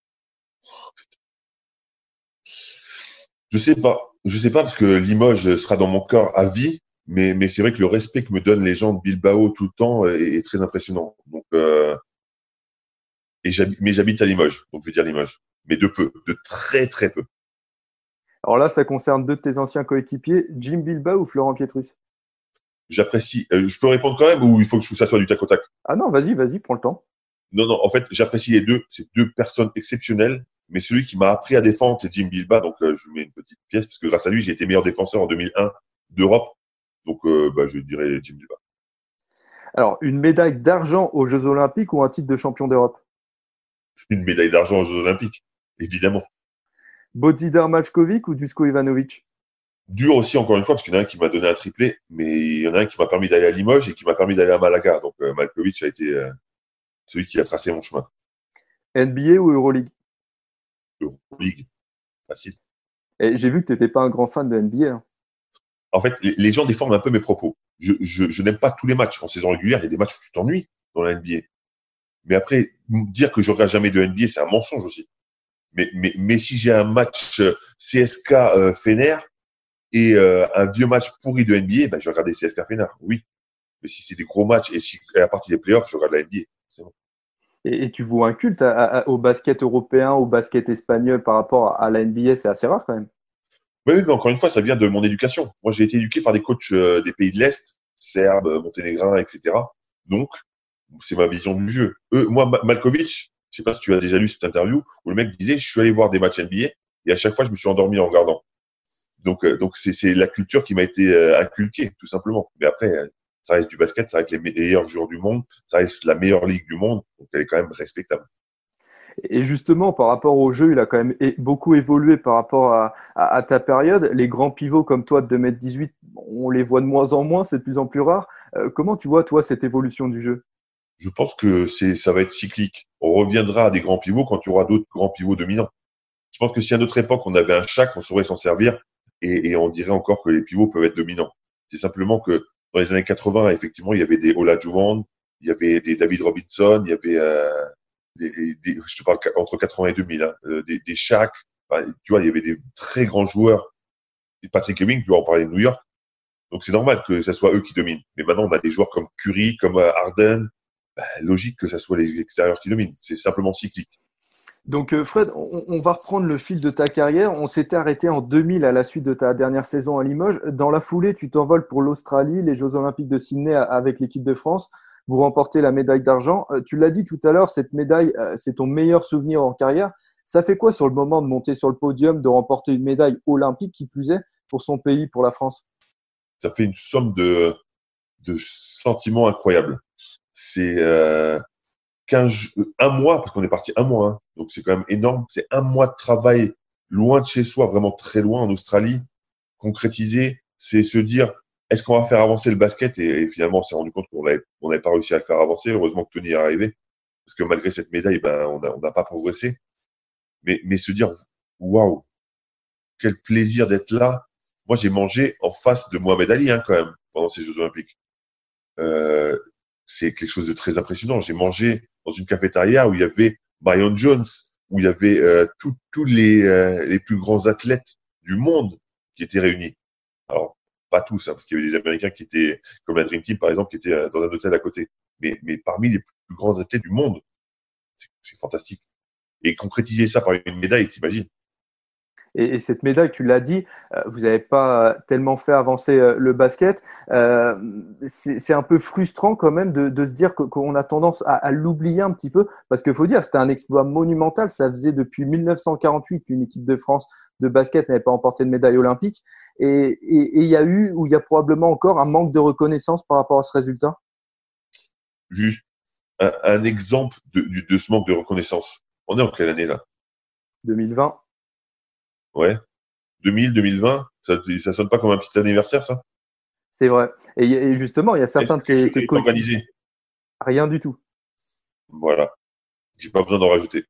Je sais pas. Je sais pas parce que Limoges sera dans mon cœur à vie. Mais, mais c'est vrai que le respect que me donnent les gens de Bilbao tout le temps est, est très impressionnant. Donc, euh, et j'habite, mais j'habite à Limoges. Donc, je vais dire Limoges. Mais de peu. De très, très peu. Alors là, ça concerne deux de tes anciens coéquipiers, Jim Bilbao ou Florent Pietrus? J'apprécie. Euh, je peux répondre quand même ou il faut que ça soit du tac au tac? Ah non, vas-y, vas-y, prends le temps. Non, non, en fait, j'apprécie les deux. C'est deux personnes exceptionnelles. Mais celui qui m'a appris à défendre, c'est Jim Bilbao. Donc, euh, je lui mets une petite pièce parce que grâce à lui, j'ai été meilleur défenseur en deux mille un d'Europe. Donc, euh, bah, je dirais Jim Bilbao. Alors, une médaille d'argent aux Jeux Olympiques ou un titre de champion d'Europe? Une médaille d'argent aux Jeux Olympiques, évidemment. Bozidar Maljkovic ou Duško Ivanovic? Dur aussi, encore une fois, parce qu'il y en a un qui m'a donné un triplé, mais il y en a un qui m'a permis d'aller à Limoges et qui m'a permis d'aller à Malaga. Donc, euh, Maljkovic a été euh, celui qui a tracé mon chemin. N B A ou Euroleague? Euroleague, facile. Et j'ai vu que tu n'étais pas un grand fan de N B A. Hein. En fait, les, les gens déforment un peu mes propos. Je, je, je n'aime pas tous les matchs en saison régulière. Il y a des matchs où tu t'ennuies dans la N B A. Mais après, dire que je regarde jamais de N B A, c'est un mensonge aussi. Mais, mais, mais si j'ai un match euh, C S K euh, Fener et euh, un vieux match pourri de N B A, ben, je vais regarder C S K Fener, oui. Mais si c'est des gros matchs et si à la partie des playoffs, je regarde la N B A. C'est bon. Et, et tu voues un culte à, à, au basket européen, au basket espagnol par rapport à la N B A, c'est assez rare quand même. Oui, oui, mais encore une fois, ça vient de mon éducation. Moi, j'ai été éduqué par des coachs euh, des pays de l'Est, serbes, monténégrins, et cetera. Donc, c'est ma vision du jeu. Eux, moi, Ma- Malkovich, je sais pas si tu as déjà lu cette interview, où le mec disait, je suis allé voir des matchs N B A et à chaque fois, je me suis endormi en regardant. Donc, euh, donc c'est, c'est la culture qui m'a été euh, inculquée, tout simplement. Mais après, euh, ça reste du basket, ça reste les meilleurs joueurs du monde, ça reste la meilleure ligue du monde, donc elle est quand même respectable. Et justement, par rapport au jeu, il a quand même beaucoup évolué par rapport à, à, à ta période. Les grands pivots comme toi de deux mètres dix-huit, on les voit de moins en moins, c'est de plus en plus rare. Euh, comment tu vois, toi, cette évolution du jeu ? Je pense que c'est, ça va être cyclique. On reviendra à des grands pivots quand il y aura d'autres grands pivots dominants. Je pense que si à notre époque, on avait un Shaq, on saurait s'en servir et, et on dirait encore que les pivots peuvent être dominants. C'est simplement que dans les années quatre-vingts, effectivement, il y avait des Olajuwon, il y avait des David Robinson, il y avait euh, des, des, je te parle entre quatre-vingts et deux mille, hein, des, des Shaq. Enfin, tu vois, il y avait des très grands joueurs. Patrick Ewing, tu vois, on parlait de New York. Donc c'est normal que ce soit eux qui dominent. Mais maintenant, on a des joueurs comme Curry, comme Harden. Ben, logique que ce soit les extérieurs qui dominent. C'est simplement cyclique. Donc Fred, on, on va reprendre le fil de ta carrière. On s'était arrêté en deux mille à la suite de ta dernière saison à Limoges. Dans la foulée, tu t'envoles pour l'Australie, les Jeux Olympiques de Sydney avec l'équipe de France. Vous remportez la médaille d'argent. Tu l'as dit tout à l'heure, cette médaille, c'est ton meilleur souvenir en carrière. Ça fait quoi sur le moment de monter sur le podium, de remporter une médaille olympique qui plus est pour son pays, pour la France ? Ça fait une somme de, de sentiments incroyables. C'est euh, quinze, un mois, parce qu'on est parti un mois, hein, donc c'est quand même énorme. C'est un mois de travail loin de chez soi, vraiment très loin en Australie. Concrétiser, c'est se dire, est-ce qu'on va faire avancer le basket ? Et, et finalement, on s'est rendu compte qu'on n'avait on n'avait pas réussi à le faire avancer. Heureusement que Tony est arrivé, parce que malgré cette médaille, ben, on n'a on n'a pas progressé. Mais, mais se dire, waouh, quel plaisir d'être là. Moi, j'ai mangé en face de Mohamed Ali, hein, quand même, pendant ces Jeux Olympiques. Euh, c'est quelque chose de très impressionnant. J'ai mangé dans une cafétéria où il y avait Marion Jones, où il y avait euh, tous tous les euh, les plus grands athlètes du monde qui étaient réunis. Alors, pas tous, hein, parce qu'il y avait des Américains qui étaient, comme la Dream Team, par exemple, qui étaient euh, dans un hôtel à côté. Mais, mais parmi les plus grands athlètes du monde, c'est, c'est fantastique. Et concrétiser ça par une médaille, t'imagines ? Et, et cette médaille, tu l'as dit, euh, vous n'avez pas tellement fait avancer euh, le basket. Euh, c'est, c'est un peu frustrant quand même de, de se dire que, qu'on a tendance à, à l'oublier un petit peu, parce qu'il faut dire, c'était un exploit monumental. Ça faisait depuis dix-neuf cent quarante-huit qu'une équipe de France de basket n'avait pas emporté de médaille olympique. Et il y a eu, ou il y a probablement encore, un manque de reconnaissance par rapport à ce résultat. Juste un, un exemple de, de, de ce manque de reconnaissance. On est en quelle année là ? deux mille vingt. Ouais. deux mille, deux mille vingt, ça, ça sonne pas comme un petit anniversaire, ça ? C'est vrai. Et, et justement, il y a certains de tes, tes coachs. Organisé ? Rien du tout. Voilà. J'ai pas besoin d'en rajouter.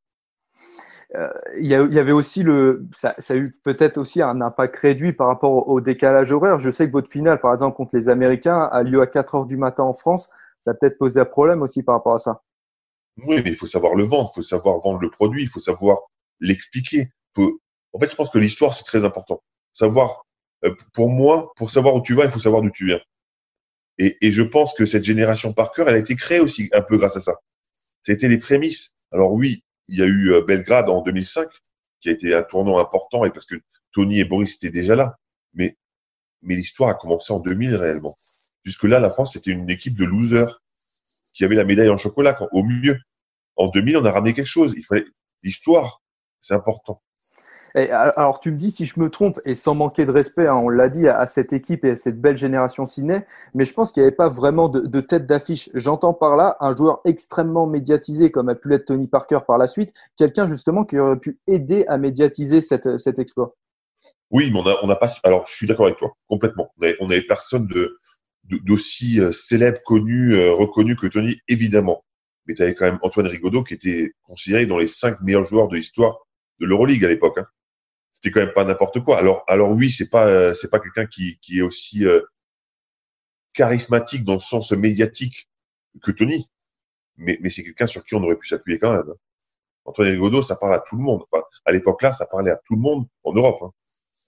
Euh, il, y a, il y avait aussi le, ça, ça a eu peut-être aussi un impact réduit par rapport au, au décalage horaire. Je sais que votre finale, par exemple, contre les Américains, a lieu à quatre heures du matin en France. Ça a peut-être posé un problème aussi par rapport à ça. Oui, mais il faut savoir le vendre, il faut savoir vendre le produit, il faut savoir l'expliquer. Faut... En fait, je pense que l'histoire, c'est très important. Savoir, euh, pour moi, pour savoir où tu vas, il faut savoir d'où tu viens. Et, et je pense que cette génération Parker, elle a été créée aussi un peu grâce à ça. Ça a été les prémices. Alors oui, il y a eu euh, Belgrade en deux mille cinq, qui a été un tournant important, et parce que Tony et Boris étaient déjà là. Mais, mais l'histoire a commencé en deux mille réellement. Jusque-là, la France, c'était une équipe de losers qui avait la médaille en chocolat, quand, au mieux. En deux mille, on a ramené quelque chose. Il fallait l'histoire, c'est important. Et alors, tu me dis si je me trompe, et sans manquer de respect, hein, on l'a dit, à, à cette équipe et à cette belle génération Sydney, mais je pense qu'il n'y avait pas vraiment de, de tête d'affiche. J'entends par là un joueur extrêmement médiatisé, comme a pu l'être Tony Parker par la suite, quelqu'un justement qui aurait pu aider à médiatiser cette, cet exploit. Oui, mais on a, on a pas. Alors, je suis d'accord avec toi, complètement. On avait, on avait personne de, de d'aussi euh, célèbre, connu, euh, reconnu que Tony, évidemment. Mais tu avais quand même Antoine Rigaudot qui était considéré dans les cinq meilleurs joueurs de l'histoire de l'Euroleague à l'époque. Hein. C'était quand même pas n'importe quoi. Alors, alors oui, c'est pas, euh, c'est pas quelqu'un qui, qui est aussi euh, charismatique dans le sens médiatique que Tony, mais, mais c'est quelqu'un sur qui on aurait pu s'appuyer quand même. Hein. Antoine Rigaudot, ça parle à tout le monde. Enfin, à l'époque-là, ça parlait à tout le monde en Europe. Hein.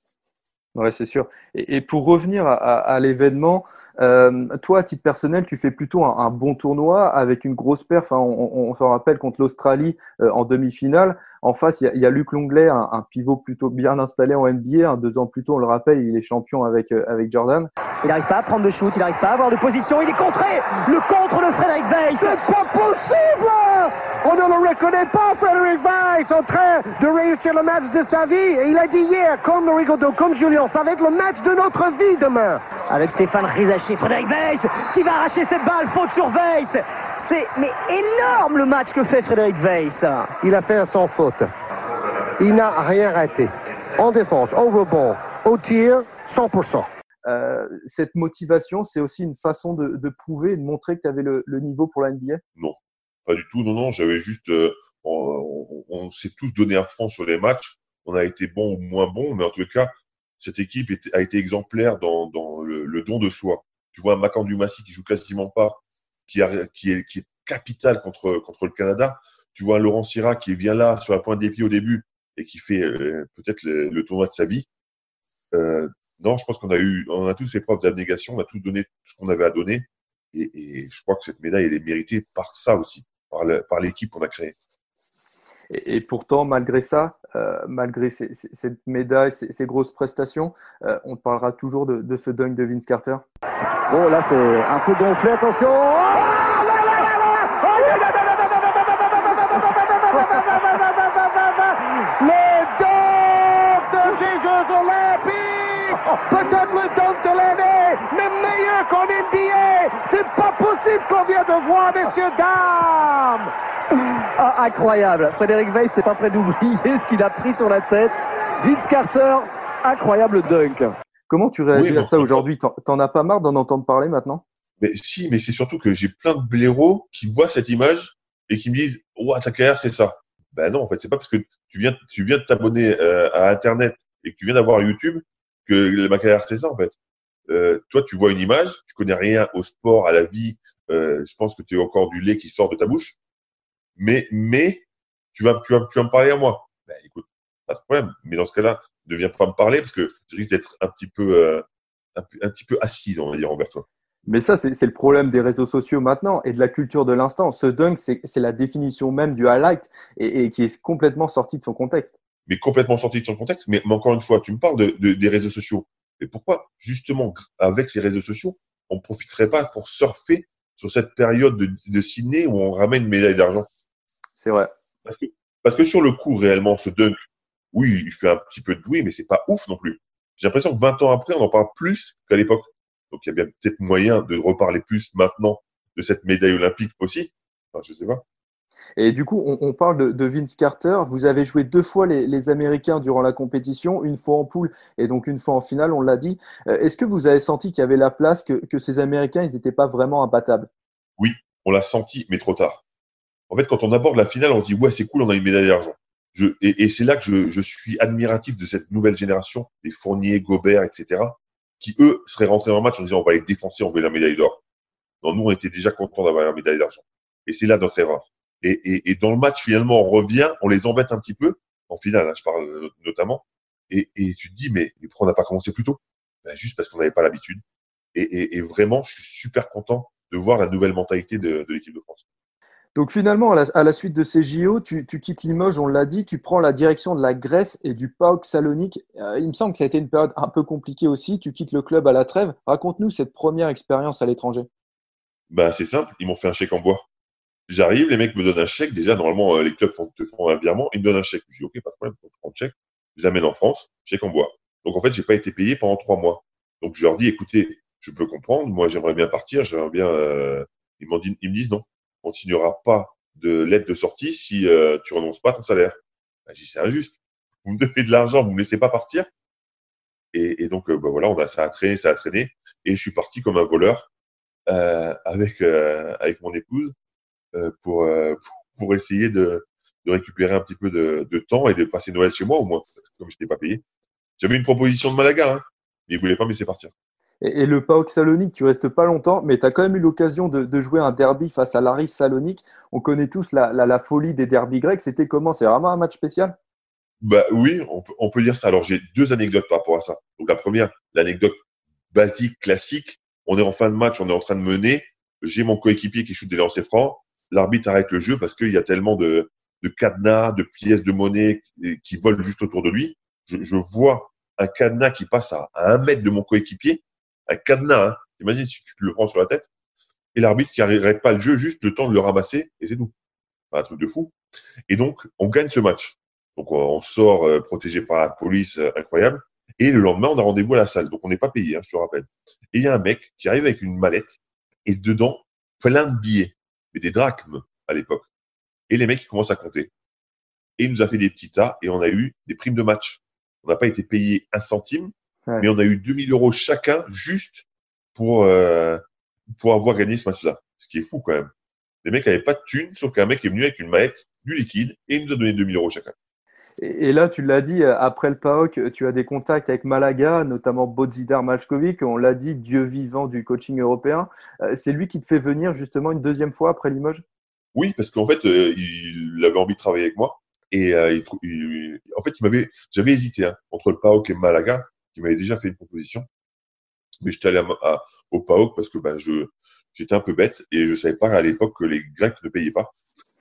Ouais, c'est sûr. Et, et pour revenir à, à, à l'événement, euh, toi, à titre personnel, tu fais plutôt un, un bon tournoi avec une grosse perf. Hein, on, on, on s'en rappelle contre l'Australie euh, en demi-finale. En face, il y a, il y a Luc Longley, un, un pivot plutôt bien installé en N B A. Hein, deux ans plus tôt, on le rappelle, il est champion avec euh, avec Jordan. Il n'arrive pas à prendre de shoot, il n'arrive pas à avoir de position. Il est contré. Le contre de Frédéric Weiss. C'est pas possible! On ne ne reconnaît pas Frédéric Weiss en train de réussir le match de sa vie. Et il a dit hier, comme Rigaudot, comme Julien, ça va être le match de notre vie demain. Avec Stéphane Rizaché, Frédéric Weiss qui va arracher cette balle, faute sur Weiss. C'est mais énorme le match que fait Frédéric Weiss. Il a fait un sans faute. Il n'a rien raté. En défense, au rebond, au tir, cent pour cent. Euh, cette motivation, c'est aussi une façon de, de prouver et de montrer que tu avais le, le niveau pour la N B A? Non, pas du tout. Non, non, j'avais juste... Euh, on, on, on s'est tous donné à fond sur les matchs. On a été bon ou moins bon, mais en tout cas, cette équipe était, a été exemplaire dans, dans le, le don de soi. Tu vois un Makandu Massi qui joue quasiment pas, qui, a, qui, est, qui est capital contre, contre le Canada. Tu vois un Laurent Syrah qui vient là sur la pointe des pieds au début et qui fait euh, peut-être le, le tournoi de sa vie. Euh, non, je pense qu'on a eu, on a tous fait preuve d'abnégation, on a tous donné tout ce qu'on avait à donner. Et, et je crois que cette médaille, elle est méritée par ça aussi, par, le, par l'équipe qu'on a créée. Et, et pourtant, malgré ça, euh, malgré ces, ces, cette médaille, ces, ces grosses prestations, euh, on parlera toujours de, de ce dunk de Vince Carter. Oh là, c'est un peu gonflé, attention. Oh le dunk de ces Jeux Olympiques, peut-être le dunk de l'année, mais meilleur qu'en N B A. C'est pas possible qu'on vient de voir, messieurs, dames. Ah, incroyable. Frédéric Weiss n'est pas prêt d'oublier ce qu'il a pris sur la tête. Vince Carter, incroyable dunk. Comment tu réagis oui, à ça aujourd'hui? T'en, t'en as pas marre d'en entendre parler maintenant? Mais si, mais c'est surtout que j'ai plein de blaireaux qui voient cette image et qui me disent « Ouah, ta carrière, c'est ça ». Ben non, en fait, c'est pas parce que tu viens, tu viens de t'abonner euh, à Internet et que tu viens d'avoir YouTube que ma carrière, c'est ça, en fait. Euh, toi, tu vois une image, tu connais rien au sport, à la vie. Euh, je pense que tu as encore du lait qui sort de ta bouche. Mais, mais, tu vas, tu vas, tu vas me parler à moi. Ben, écoute, pas de problème. Mais dans ce cas-là, ne viens pas me parler parce que je risque d'être un petit peu, euh, un, un petit peu acide, on va dire, envers toi. Mais ça, c'est, c'est le problème des réseaux sociaux maintenant et de la culture de l'instant. Ce dunk, c'est, c'est la définition même du highlight et, et qui est complètement sorti de son contexte. Mais complètement sorti de son contexte. Mais, mais encore une fois, tu me parles de, de, des réseaux sociaux. Mais pourquoi, justement, avec ces réseaux sociaux, on ne profiterait pas pour surfer sur cette période de, de Sydney où on ramène une médaille d'argent? C'est vrai. Parce que, parce que sur le coup, réellement, ce dunk, oui, il fait un petit peu de bruit, mais c'est pas ouf non plus. J'ai l'impression que vingt ans après, on en parle plus qu'à l'époque. Donc, il y a bien peut-être moyen de reparler plus maintenant de cette médaille olympique aussi. Enfin, je sais pas. Et du coup, on, on parle de, de Vince Carter. Vous avez joué deux fois les, les Américains durant la compétition, une fois en poule et donc une fois en finale, on l'a dit. Euh, est-ce que vous avez senti qu'il y avait la place, que, que ces Américains, ils n'étaient pas vraiment imbattables? Oui, on l'a senti, mais trop tard. En fait, quand on aborde la finale, on se dit « Ouais, c'est cool, on a une médaille d'argent ». Je, et, et c'est là que je, je suis admiratif de cette nouvelle génération, les Fournier, Gobert, et cetera, qui, eux, seraient rentrés dans le match en disant « On va les défoncer, on veut la médaille d'or ». Non, nous, on était déjà contents d'avoir la médaille d'argent. Et c'est là notre erreur. Et, et, et dans le match, finalement, on revient, on les embête un petit peu, en finale, hein, je parle notamment, et, et tu te dis « Mais, mais pourquoi on n'a pas commencé plus tôt ?» Ben, juste parce qu'on n'avait pas l'habitude. Et, et, et vraiment, je suis super content de voir la nouvelle mentalité de, de l'équipe de France. Donc finalement, à la, à la suite de ces J O, tu, tu quittes Limoges, on l'a dit, tu prends la direction de la Grèce et du PAOK Salonique. Euh, il me semble que ça a été une période un peu compliquée aussi. Tu quittes le club à la trêve. Raconte-nous cette première expérience à l'étranger. Ben, c'est simple, ils m'ont fait un chèque en bois. J'arrive, les mecs me donnent un chèque. Déjà, normalement, les clubs font, te font un virement. Ils me donnent un chèque. Je dis, OK, pas de problème, donc je prends le chèque. Je l'amène en France, chèque en bois. Donc, en fait, j'ai pas été payé pendant trois mois. Donc, je leur dis, écoutez, je peux comprendre. Moi, j'aimerais bien partir. J'aimerais bien, euh... ils m'ont dit, ils me disent non. On signera pas de lettre de sortie si euh, tu renonces pas à ton salaire. Ben, je dis, c'est injuste. Vous me donnez de l'argent, vous me laissez pas partir. Et, et donc, euh, ben voilà, on a, ça a traîné, ça a traîné. Et je suis parti comme un voleur euh, avec euh, avec mon épouse euh, pour, euh, pour pour essayer de de récupérer un petit peu de, de temps et de passer Noël chez moi au moins, comme je n'étais pas payé. J'avais une proposition de Malaga, hein, mais ils voulaient pas me laisser partir. Et, et le PAOK Salonique, tu restes pas longtemps, mais tu as quand même eu l'occasion de, de jouer un derby face à l'Aris Salonique. On connaît tous la, la, la folie des derbys grecs. C'était comment? C'est vraiment un match spécial? Bah oui, on peut, on peut dire ça. Alors j'ai deux anecdotes par rapport à ça. Donc la première, l'anecdote basique, classique. On est en fin de match, on est en train de mener. J'ai mon coéquipier qui shoot des lancers francs. L'arbitre arrête le jeu parce qu'il y a tellement de, de cadenas, de pièces de monnaie qui, qui volent juste autour de lui. Je, je vois un cadenas qui passe à, à un mètre de mon coéquipier. Un cadenas, hein. Imagine si tu te le prends sur la tête. Et l'arbitre qui n'arrête pas le jeu, juste le temps de le ramasser et c'est tout. Enfin, un truc de fou. Et donc, on gagne ce match. Donc, on sort euh, protégé par la police, euh, incroyable. Et le lendemain, on a rendez-vous à la salle. Donc, on n'est pas payé, hein, je te rappelle. Et il y a un mec qui arrive avec une mallette et dedans, plein de billets, mais des drachmes à l'époque. Et les mecs, ils commencent à compter. Et il nous a fait des petits tas et on a eu des primes de match. On n'a pas été payé un centime, ouais. mais on a eu deux mille euros chacun juste pour, euh, pour avoir gagné ce match-là. Ce qui est fou quand même. Les mecs n'avaient pas de thunes, sauf qu'un mec est venu avec une mallette, du liquide, et il nous a donné deux mille euros chacun. Et là, tu l'as dit, après le P A O K, tu as des contacts avec Malaga, notamment Božidar Maljković, on l'a dit, dieu vivant du coaching européen. C'est lui qui te fait venir justement une deuxième fois après Limoges ? Oui, parce qu'en fait, euh, il avait envie de travailler avec moi. Et euh, il, il, en fait, il m'avait, j'avais hésité hein, entre le P A O K et Malaga, qui m'avait déjà fait une proposition. Mais j'étais allé à, à, au P A O K parce que ben, je, j'étais un peu bête et je savais pas à l'époque que les Grecs ne payaient pas.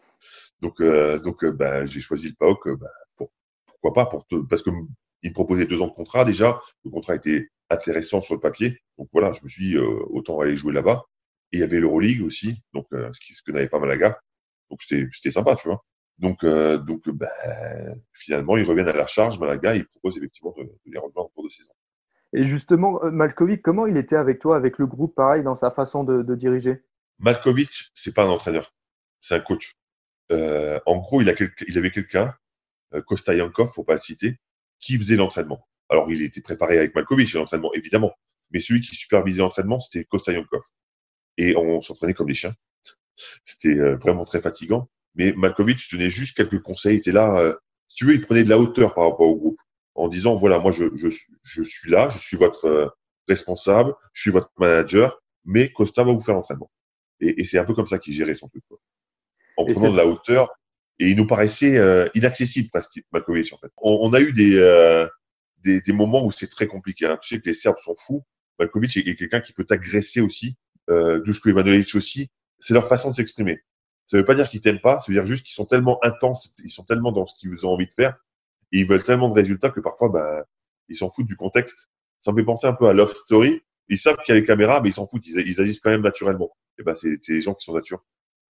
Donc, euh, donc ben, j'ai choisi le P A O K. Ben, pour, pourquoi pas pour te, parce que il me proposait deux ans de contrat déjà. Le contrat était intéressant sur le papier. Donc voilà, je me suis dit euh, autant aller jouer là-bas. Et il y avait l'Euroleague aussi, donc euh, ce, qui, ce que n'avait pas Malaga. Donc c'était, c'était sympa, tu vois. Donc, euh, donc ben, finalement, ils reviennent à la charge. Malaga, ils proposent effectivement de, de les rejoindre en cours de saison. Et justement, Maljković, comment il était avec toi, avec le groupe, pareil, dans sa façon de, de diriger ? Maljković, c'est pas un entraîneur, c'est un coach. Euh, en gros, il, a quel, il avait quelqu'un, euh, Kostayankov, pour pas le citer, qui faisait l'entraînement. Alors, il était préparé avec Maljković l'entraînement, évidemment. Mais celui qui supervisait l'entraînement, c'était Kostayankov. Et on s'entraînait comme des chiens. C'était euh, vraiment très fatigant. Mais Maljković donnait juste quelques conseils. Il était là, euh, si tu veux, il prenait de la hauteur par rapport au groupe. En disant, voilà, moi, je, je, je suis là, je suis votre euh, responsable, je suis votre manager, mais Costa va vous faire l'entraînement. Et, et c'est un peu comme ça qu'il gérait son truc, quoi. En et prenant de la hauteur. Et il nous paraissait euh, inaccessible, presque, Maljković, en fait. On, on a eu des, euh, des, des moments où c'est très compliqué. Hein. Tu sais que les Serbes sont fous. Maljković est, est quelqu'un qui peut t'agresser aussi. Euh, Duško Ivanović aussi. C'est leur façon de s'exprimer. Ça veut pas dire qu'ils t'aiment pas, ça veut dire juste qu'ils sont tellement intenses, ils sont tellement dans ce qu'ils ont envie de faire, et ils veulent tellement de résultats que parfois, bah, ils s'en foutent du contexte. Ça me fait penser un peu à Love Story. Ils savent qu'il y a les caméras, mais ils s'en foutent, ils, ils agissent quand même naturellement. Et ben, c'est, c'est les gens qui sont nature.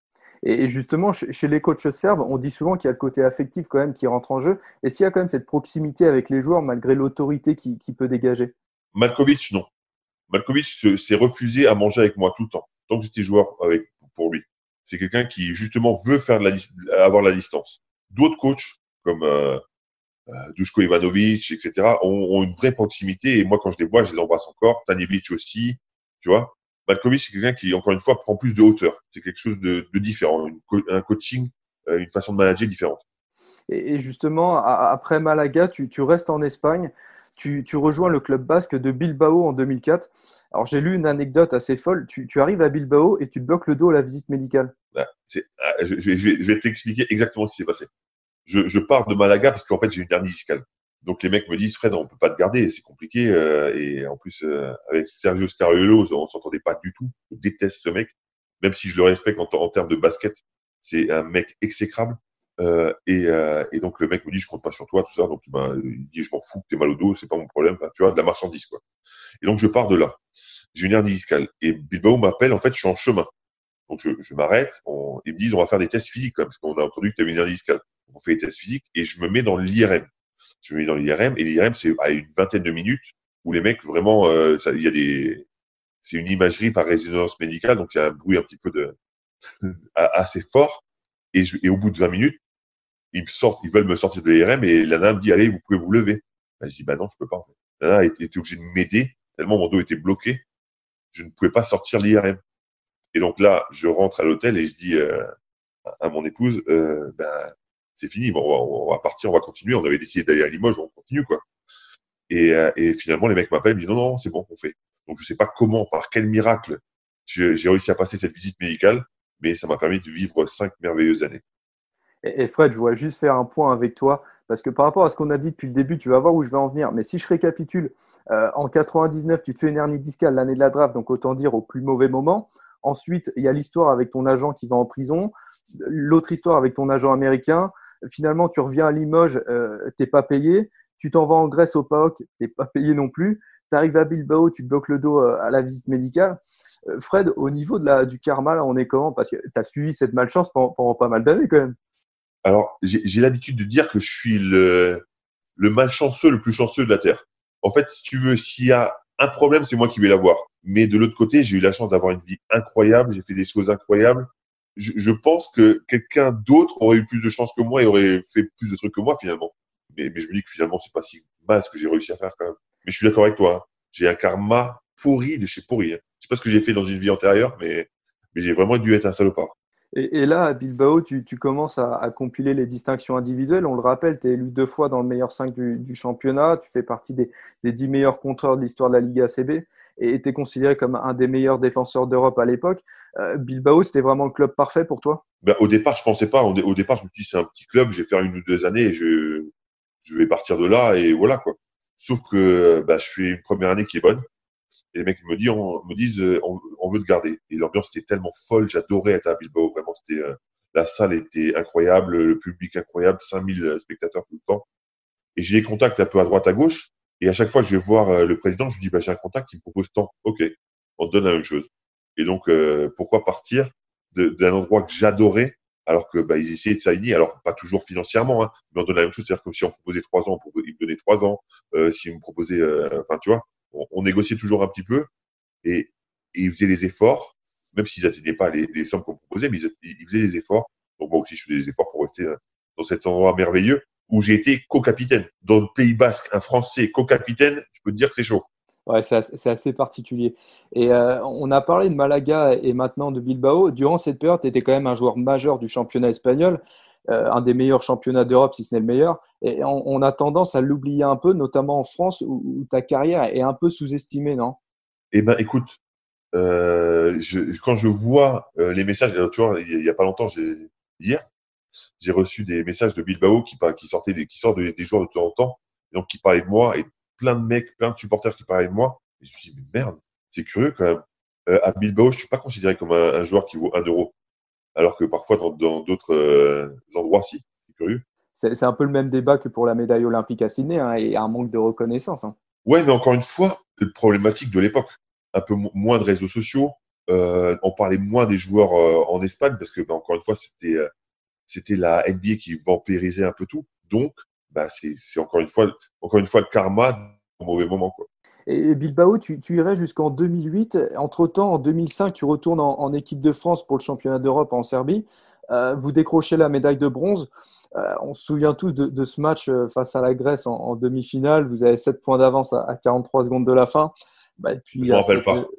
Et justement, chez les coachs serbes, on dit souvent qu'il y a le côté affectif quand même qui rentre en jeu. Est-ce qu'il y a quand même cette proximité avec les joueurs malgré l'autorité qui, qui peut dégager ? Maljković, non. Maljković s'est refusé à manger avec moi tout le temps, tant que j'étais joueur avec, pour lui. C'est quelqu'un qui, justement, veut faire de la, avoir la distance. D'autres coachs, comme euh, euh, Duško Ivanović, et cetera, ont, ont une vraie proximité. Et moi, quand je les vois, je les embrasse encore. Tanjević aussi, tu vois. Maljković, c'est quelqu'un qui, encore une fois, prend plus de hauteur. C'est quelque chose de, de différent, une, un coaching, euh, une façon de manager différente. Et, et justement, à, après Malaga, tu, tu restes en Espagne. Tu, tu rejoins le club basque de Bilbao en deux mille quatre. Alors, j'ai lu une anecdote assez folle. Tu, tu arrives à Bilbao et tu te bloques le dos à la visite médicale. Ben, c'est, je, je, je vais t'expliquer exactement ce qui s'est passé. Je, je pars de Malaga parce qu'en fait, j'ai une hernie discale. Donc, les mecs me disent, Fred, on peut pas te garder, c'est compliqué. Euh, et en plus, euh, avec Sergio Scariolo, on s'entendait pas du tout. Je déteste ce mec. Même si je le respecte en, en termes de basket, c'est un mec exécrable. Euh, et, euh, et donc le mec me dit je compte pas sur toi tout ça, donc ben, il dit je m'en fous que t'es mal au dos, c'est pas mon problème, enfin, tu vois, de la marchandise quoi. Et donc je pars de là, j'ai une hernie discale et Bilbao m'appelle, en fait je suis en chemin, donc je, je m'arrête, on, ils me disent on va faire des tests physiques quand même, parce qu'on a entendu que t'avais une hernie discale, donc on fait des tests physiques et je me mets dans l'I R M, je me mets dans l'I R M et l'I R M c'est à une vingtaine de minutes où les mecs vraiment, euh, ça, il y a des, c'est une imagerie par résonance médicale, donc il y a un bruit un petit peu de assez fort et, je, et au bout de vingt minutes ils me sortent, ils veulent me sortir de l'I R M et la nana me dit allez vous pouvez vous lever. Ben, je dis bah non je peux pas. En fait. La nana était obligée de m'aider tellement mon dos était bloqué, je ne pouvais pas sortir l'I R M. Et donc là je rentre à l'hôtel et je dis euh, à mon épouse euh, ben c'est fini, bon, on, va, on va partir, on va continuer. On avait décidé d'aller à Limoges, on continue quoi. Et, euh, et finalement les mecs m'appellent, me disent non non c'est bon on fait. Donc je sais pas comment, par quel miracle j'ai, j'ai réussi à passer cette visite médicale, mais ça m'a permis de vivre cinq merveilleuses années. Et Fred, je voudrais juste faire un point avec toi, parce que par rapport à ce qu'on a dit depuis le début, tu vas voir où je vais en venir. Mais si je récapitule, euh, en quatre-vingt-dix-neuf, tu te fais une hernie discale l'année de la draft, donc autant dire au plus mauvais moment. Ensuite, il y a l'histoire avec ton agent qui va en prison, l'autre histoire avec ton agent américain. Finalement, tu reviens à Limoges, euh, tu n'es pas payé. Tu t'en vas en Grèce au P A O K, tu n'es pas payé non plus. Tu arrives à Bilbao, tu te bloques le dos à la visite médicale. Euh, Fred, au niveau de la, du karma, là, on est comment ? Parce que tu as suivi cette malchance pendant, pendant pas mal d'années quand même. Alors, j'ai, j'ai l'habitude de dire que je suis le, le malchanceux le plus chanceux de la Terre. En fait, si tu veux, s'il y a un problème, c'est moi qui vais l'avoir. Mais de l'autre côté, j'ai eu la chance d'avoir une vie incroyable, j'ai fait des choses incroyables. Je, je pense que quelqu'un d'autre aurait eu plus de chance que moi et aurait fait plus de trucs que moi, finalement. Mais, mais je me dis que finalement, c'est pas si mal ce que j'ai réussi à faire, quand même. Mais je suis d'accord avec toi, hein. J'ai un karma pourri de chez pourri, hein. Je sais pas ce que j'ai fait dans une vie antérieure, mais, mais j'ai vraiment dû être un salopard. Et, et là, à Bilbao, tu, tu commences à, à compiler les distinctions individuelles. On le rappelle, tu es élu deux fois dans le meilleur cinq du, du championnat. Tu fais partie des, des dix meilleurs contreurs de l'histoire de la Liga A C B et tu es considéré comme un des meilleurs défenseurs d'Europe à l'époque. Euh, Bilbao, c'était vraiment le club parfait pour toi? Ben, au départ, je pensais pas. Au, au départ, je me suis dit, c'est un petit club, je vais faire une ou deux années et je, je vais partir de là et voilà, quoi. Sauf que ben, je fais une première année qui est bonne. Et les mecs me disent, on, me disent on, on veut te garder. Et l'ambiance était tellement folle, j'adorais être à Bilbao. Vraiment, c'était euh, la salle était incroyable, le public incroyable, cinq mille spectateurs tout le temps. Et j'ai des contacts un peu à droite, à gauche. Et à chaque fois que je vais voir euh, le président, je lui dis, bah, j'ai un contact qui me propose tant. Ok, on te donne la même chose. Et donc, euh, pourquoi partir de, d'un endroit que j'adorais, alors que bah, ils essayaient de s'aligner, alors pas toujours financièrement, hein, mais on donne la même chose, c'est-à-dire comme si on proposait trois ans, ils me donnaient trois ans. Euh, si on me proposait, euh, enfin, tu vois. On, on négociait toujours un petit peu et, et ils faisaient les efforts, même s'ils n'atteignaient pas les, les sommes qu'on proposait, mais ils, ils faisaient les efforts. Donc moi aussi, je faisais des efforts pour rester dans cet endroit merveilleux où j'ai été co-capitaine. Dans le Pays Basque, un Français co-capitaine, je peux te dire que c'est chaud. Ouais, c'est assez, c'est assez particulier. Et euh, on a parlé de Malaga et maintenant de Bilbao. Durant cette période, tu étais quand même un joueur majeur du championnat espagnol, euh, un des meilleurs championnats d'Europe, si ce n'est le meilleur. Et on, on a tendance à l'oublier un peu, notamment en France, où, où ta carrière est un peu sous-estimée, non? Eh ben, écoute, euh, je, quand je vois euh, les messages, tu vois, il y a pas longtemps, j'ai, hier, j'ai reçu des messages de Bilbao qui, qui sortaient des, qui sortent des, des joueurs de temps en temps, et donc qui parlaient de moi, et plein de mecs, plein de supporters qui parlaient de moi. Et je me suis dit, mais merde, c'est curieux quand même. Euh, à Bilbao, je suis pas considéré comme un, un joueur qui vaut un euro, alors que parfois dans, dans d'autres euh, endroits, si. C'est curieux. C'est, c'est un peu le même débat que pour la médaille olympique à Sydney, hein, et un manque de reconnaissance, hein. Ouais, mais encore une fois, c'est problématique de l'époque. Un peu mo- moins de réseaux sociaux. Euh, on parlait moins des joueurs euh, en Espagne parce que, bah, encore une fois, c'était euh, c'était la N B A qui vampirisait un peu tout. Donc, bah, c'est c'est encore une fois encore une fois le karma au mauvais moment, quoi. Et Bilbao, tu, tu irais jusqu'en deux mille huit. Entre-temps, en deux mille cinq, tu retournes en, en équipe de France pour le championnat d'Europe en Serbie. Euh, vous décrochez la médaille de bronze. Euh, on se souvient tous de, de ce match face à la Grèce en, en demi-finale. Vous avez sept points d'avance à, à quarante-trois secondes de la fin. Bah, et puis, Je m'en rappelle pas.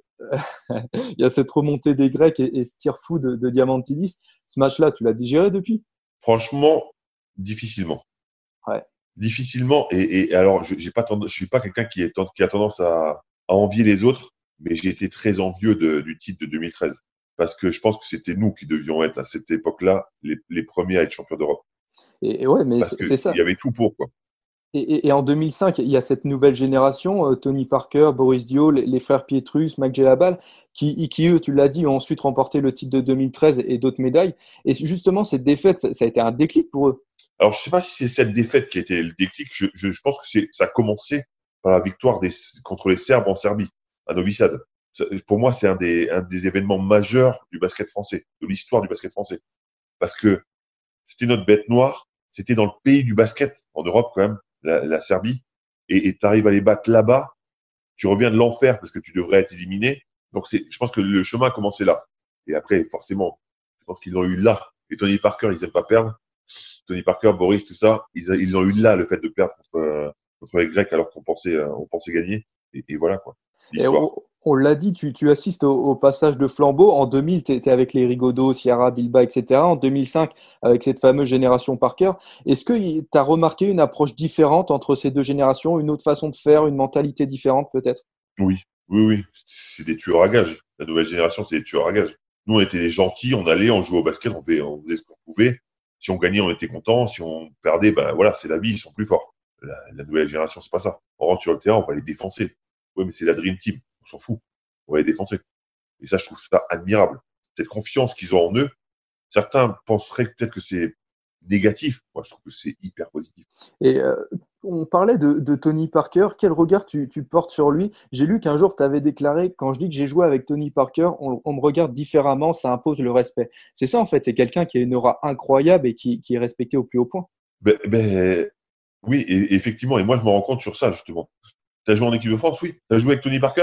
il y a cette remontée des Grecs et, et ce tir fou de, de Diamantidis. Ce match-là, tu l'as digéré depuis? Franchement, difficilement. Ouais. Difficilement. Et, et alors, je j'ai pas tendance, je suis pas quelqu'un qui, est, qui a tendance à, à envier les autres, mais j'ai été très envieux de, du titre de deux mille treize. Parce que je pense que c'était nous qui devions être à cette époque-là les, les premiers à être champions d'Europe. Et, et ouais, mais Parce c'est, que c'est ça. il y avait tout pour, quoi. Et, et, et en deux mille cinq, il y a cette nouvelle génération, euh, Tony Parker, Boris Dio, les, les frères Pietrus, Mike Gelabal, qui, qui, eux, tu l'as dit, ont ensuite remporté le titre de deux mille treize et d'autres médailles. Et justement, cette défaite, ça, ça a été un déclic pour eux. Alors, je sais pas si c'est cette défaite qui a été le déclic. Je, je, je pense que c'est, ça a commencé par la victoire des, contre les Serbes en Serbie, à Novi Sad. Pour moi, c'est un des, un des événements majeurs du basket français, de l'histoire du basket français. Parce que c'était notre bête noire, c'était dans le pays du basket, en Europe quand même, la, la Serbie, et tu arrives à les battre là-bas, tu reviens de l'enfer parce que tu devrais être éliminé. Donc, c'est, je pense que le chemin a commencé là. Et après, forcément, je pense qu'ils l'ont eu là. Et Tony Parker, ils aiment pas perdre. Tony Parker, Boris, tout ça, ils, ils l'ont eu là, le fait de perdre contre, euh, contre les Grecs alors qu'on pensait, euh, on pensait gagner. Et, et voilà, quoi. L'histoire. On, on l'a dit, tu, tu assistes au, au passage de flambeau. En deux mille, tu étais avec les Rigaudot, Sierra, Bilba, et cetera. En deux mille cinq, avec cette fameuse génération Parker. Est-ce que tu as remarqué une approche différente entre ces deux générations, une autre façon de faire, une mentalité différente peut-être? Oui, oui, oui. C'est des tueurs à gages. La nouvelle génération, c'est des tueurs à gages. Nous, on était des gentils, on allait, on jouait au basket, on faisait, on faisait ce qu'on pouvait. Si on gagnait, on était content. Si on perdait, ben voilà, c'est la vie, ils sont plus forts. La, la nouvelle génération, c'est pas ça. On rentre sur le terrain, on va les défoncer. Oui, mais c'est la Dream Team. On s'en fout. On va les défoncer. Et ça, je trouve ça admirable. Cette confiance qu'ils ont en eux. Certains penseraient peut-être que c'est négatif. Moi, je trouve que c'est hyper positif. Et euh, On parlait de, de Tony Parker. Quel regard tu, tu portes sur lui? J'ai lu qu'un jour, tu avais déclaré, quand je dis que j'ai joué avec Tony Parker, on, on me regarde différemment, ça impose le respect. C'est ça, en fait. C'est quelqu'un qui a une aura incroyable et qui, qui est respecté au plus haut point. Ben, ben, oui, et, effectivement. Et moi, je me rends compte sur ça, justement. Tu as joué en équipe de France? Oui. Tu as joué avec Tony Parker?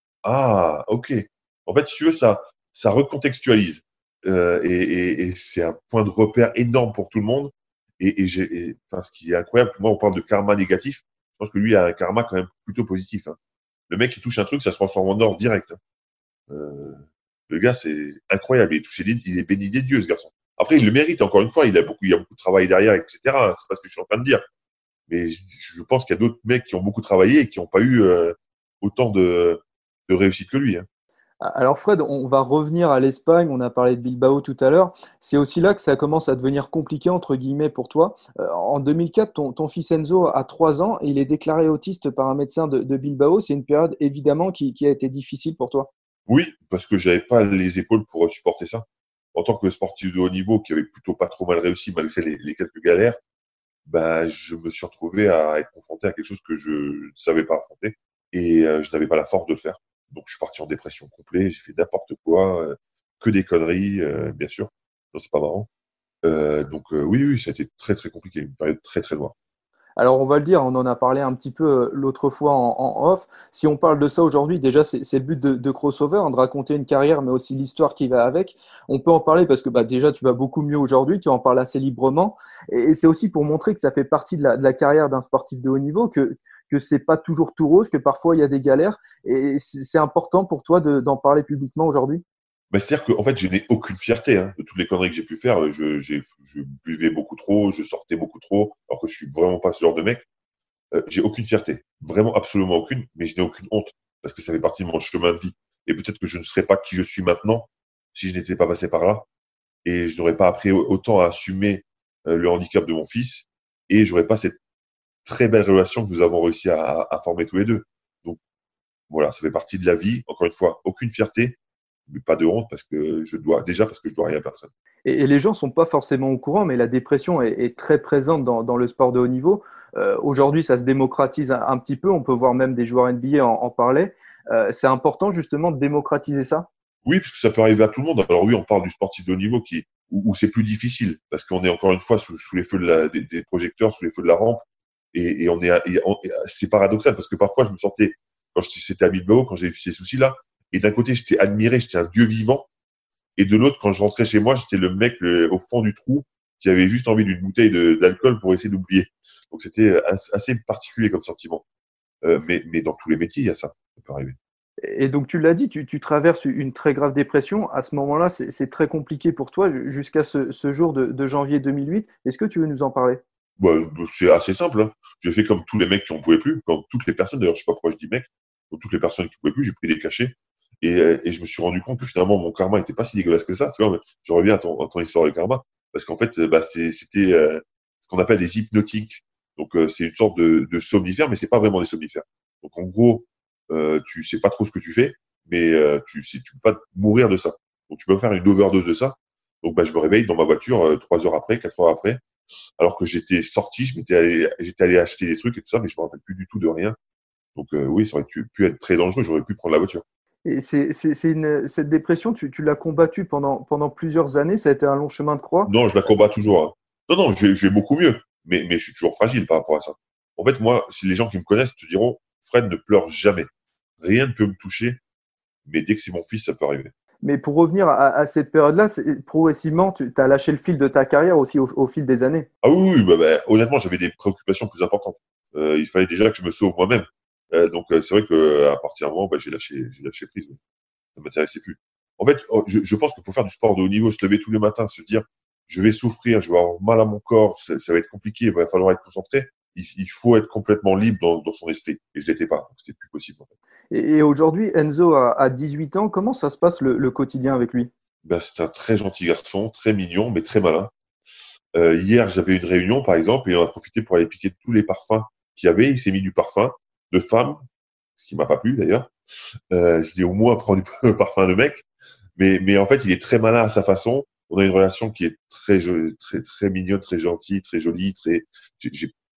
Ah, ok. En fait, si tu veux, ça, ça recontextualise. Euh, et, et, et c'est un point de repère énorme pour tout le monde. Et, et j'ai, et, enfin, ce qui est incroyable, moi, on parle de karma négatif. Je pense que lui a un karma quand même plutôt positif. Hein. Le mec, il touche un truc, ça se transforme en or direct. Hein. Euh, le gars, c'est incroyable. Il est touché, il est béni des dieux, ce garçon. Après, il le mérite. Encore une fois, il a beaucoup, il y a beaucoup de travail derrière, et cetera. Hein. C'est pas ce que je suis en train de dire. Mais je, je pense qu'il y a d'autres mecs qui ont beaucoup travaillé et qui n'ont pas eu euh, autant de, de réussite que lui. Hein. Alors Fred, on va revenir à l'Espagne, on a parlé de Bilbao tout à l'heure. C'est aussi là que ça commence à devenir compliqué, entre guillemets, pour toi. Euh, en deux mille quatre, ton, ton fils Enzo a trois ans et il est déclaré autiste par un médecin de, de Bilbao. C'est une période évidemment qui, qui a été difficile pour toi. Oui, parce que j'avais pas les épaules pour supporter ça. En tant que sportif de haut niveau qui avait plutôt pas trop mal réussi malgré les, les quelques galères, ben, je me suis retrouvé à être confronté à quelque chose que je ne savais pas affronter et euh, je n'avais pas la force de le faire. Donc, je suis parti en dépression complète, j'ai fait n'importe quoi, euh, que des conneries, euh, bien sûr. Non, c'est pas marrant. Euh, donc, euh, oui, oui, ça a été très, très compliqué, une période très, très noire. Alors, on va le dire, on en a parlé un petit peu l'autre fois en, en off. Si on parle de ça aujourd'hui, déjà, c'est, c'est le but de, de Crossover, hein, de raconter une carrière, mais aussi l'histoire qui va avec. On peut en parler parce que bah, déjà, tu vas beaucoup mieux aujourd'hui, tu en parles assez librement. Et, et c'est aussi pour montrer que ça fait partie de la, de la carrière d'un sportif de haut niveau, que que c'est pas toujours tout rose, que parfois il y a des galères. Et c'est, c'est important pour toi de, d'en parler publiquement aujourd'hui? Mais c'est-à-dire qu'en fait, je n'ai aucune fierté hein, de toutes les conneries que j'ai pu faire. Je, j'ai, je buvais beaucoup trop, je sortais beaucoup trop, alors que je suis vraiment pas ce genre de mec. Euh, j'ai aucune fierté, vraiment absolument aucune, mais je n'ai aucune honte parce que ça fait partie de mon chemin de vie. Et peut-être que je ne serais pas qui je suis maintenant si je n'étais pas passé par là, et je n'aurais pas appris autant à assumer euh, le handicap de mon fils, et j'aurais pas cette très belle relation que nous avons réussi à, à former tous les deux. Donc voilà, ça fait partie de la vie. Encore une fois, aucune fierté, mais pas de honte parce que je dois déjà parce que je dois rien à personne. Et, et les gens sont pas forcément au courant, mais la dépression est, est très présente dans, dans le sport de haut niveau. Euh, aujourd'hui, ça se démocratise un, un petit peu. On peut voir même des joueurs N B A en, en parler. Euh, c'est important justement de démocratiser ça. Oui, parce que ça peut arriver à tout le monde. Alors oui, on parle du sportif de haut niveau qui où, où c'est plus difficile parce qu'on est encore une fois sous, sous les feux de la, des, des projecteurs, sous les feux de la rampe. Et, et on est, et on, et c'est paradoxal parce que parfois je me sentais, quand c'était à Bilbao, quand j'ai eu ces soucis-là, et d'un côté j'étais admiré, j'étais un dieu vivant, et de l'autre, quand je rentrais chez moi, j'étais le mec le, au fond du trou qui avait juste envie d'une bouteille de, d'alcool pour essayer d'oublier. Donc c'était assez particulier comme sentiment. Euh, mais, mais dans tous les métiers, il y a ça, ça peut arriver. Et donc tu l'as dit, tu, tu traverses une très grave dépression. À ce moment-là, c'est, c'est très compliqué pour toi jusqu'à ce, ce jour de, de janvier deux mille huit. Est-ce que tu veux nous en parler? Bah, c'est assez simple. Hein. J'ai fait comme tous les mecs qui en pouvaient plus, comme toutes les personnes. D'ailleurs, je sais pas pourquoi je dis mec. Comme toutes les personnes qui pouvaient plus, j'ai pris des cachets et, et je me suis rendu compte que finalement mon karma était pas si dégueulasse que ça. Tu vois, mais je reviens à ton, à ton histoire de karma parce qu'en fait, bah, c'est, c'était euh, ce qu'on appelle des hypnotiques. Donc euh, c'est une sorte de, de somnifère, mais c'est pas vraiment des somnifères. Donc en gros, euh, tu sais pas trop ce que tu fais, mais euh, tu sais, tu peux pas mourir de ça. Donc tu peux faire une overdose de ça. Donc bah, je me réveille dans ma voiture euh, trois heures après, quatre heures après. Alors que j'étais sorti, je m'étais allé, j'étais allé acheter des trucs et tout ça, mais je me rappelle plus du tout de rien. Donc euh, oui, ça aurait pu, pu être très dangereux. J'aurais pu prendre la voiture. Et c'est, c'est, c'est une, cette dépression, tu, tu l'as combattue pendant, pendant plusieurs années. Ça a été un long chemin de croix. Non, je la combats toujours. Hein. Non, non, je vais, je vais beaucoup mieux, mais, mais je suis toujours fragile par rapport à ça. En fait, moi, si les gens qui me connaissent te diront, Fred ne pleure jamais. Rien ne peut me toucher, mais dès que c'est mon fils, ça peut arriver. Mais pour revenir à, à cette période-là, c'est, progressivement, tu as lâché le fil de ta carrière aussi au, au fil des années. Ah oui, oui, bah, bah, honnêtement, j'avais des préoccupations plus importantes. Euh, il fallait déjà que je me sauve moi-même. Euh, donc euh, c'est vrai que à partir d'un moment, bah, j'ai lâché, j'ai lâché prise. Oui. Ça m'intéressait plus. En fait, je, je pense que pour faire du sport de haut niveau, se lever tous les matins, se dire, je vais souffrir, je vais avoir mal à mon corps, ça, ça va être compliqué, il va falloir être concentré. Il, il faut être complètement libre dans, dans son esprit. Et je l'étais pas, donc c'était plus possible. En fait. Et, et aujourd'hui, Enzo a, a dix-huit ans. Comment ça se passe le, le quotidien avec lui? Ben, c'est un très gentil garçon, très mignon, mais très malin. Euh, hier, j'avais une réunion, par exemple, et on a profité pour aller piquer tous les parfums qu'il y avait. Il s'est mis du parfum de femme, ce qui m'a pas plu d'ailleurs. Euh, je dis au moins prends du parfum de mec. Mais, mais en fait, il est très malin à sa façon. On a une relation qui est très, très, très mignonne, très gentille, très jolie, très. J'ai, j'ai,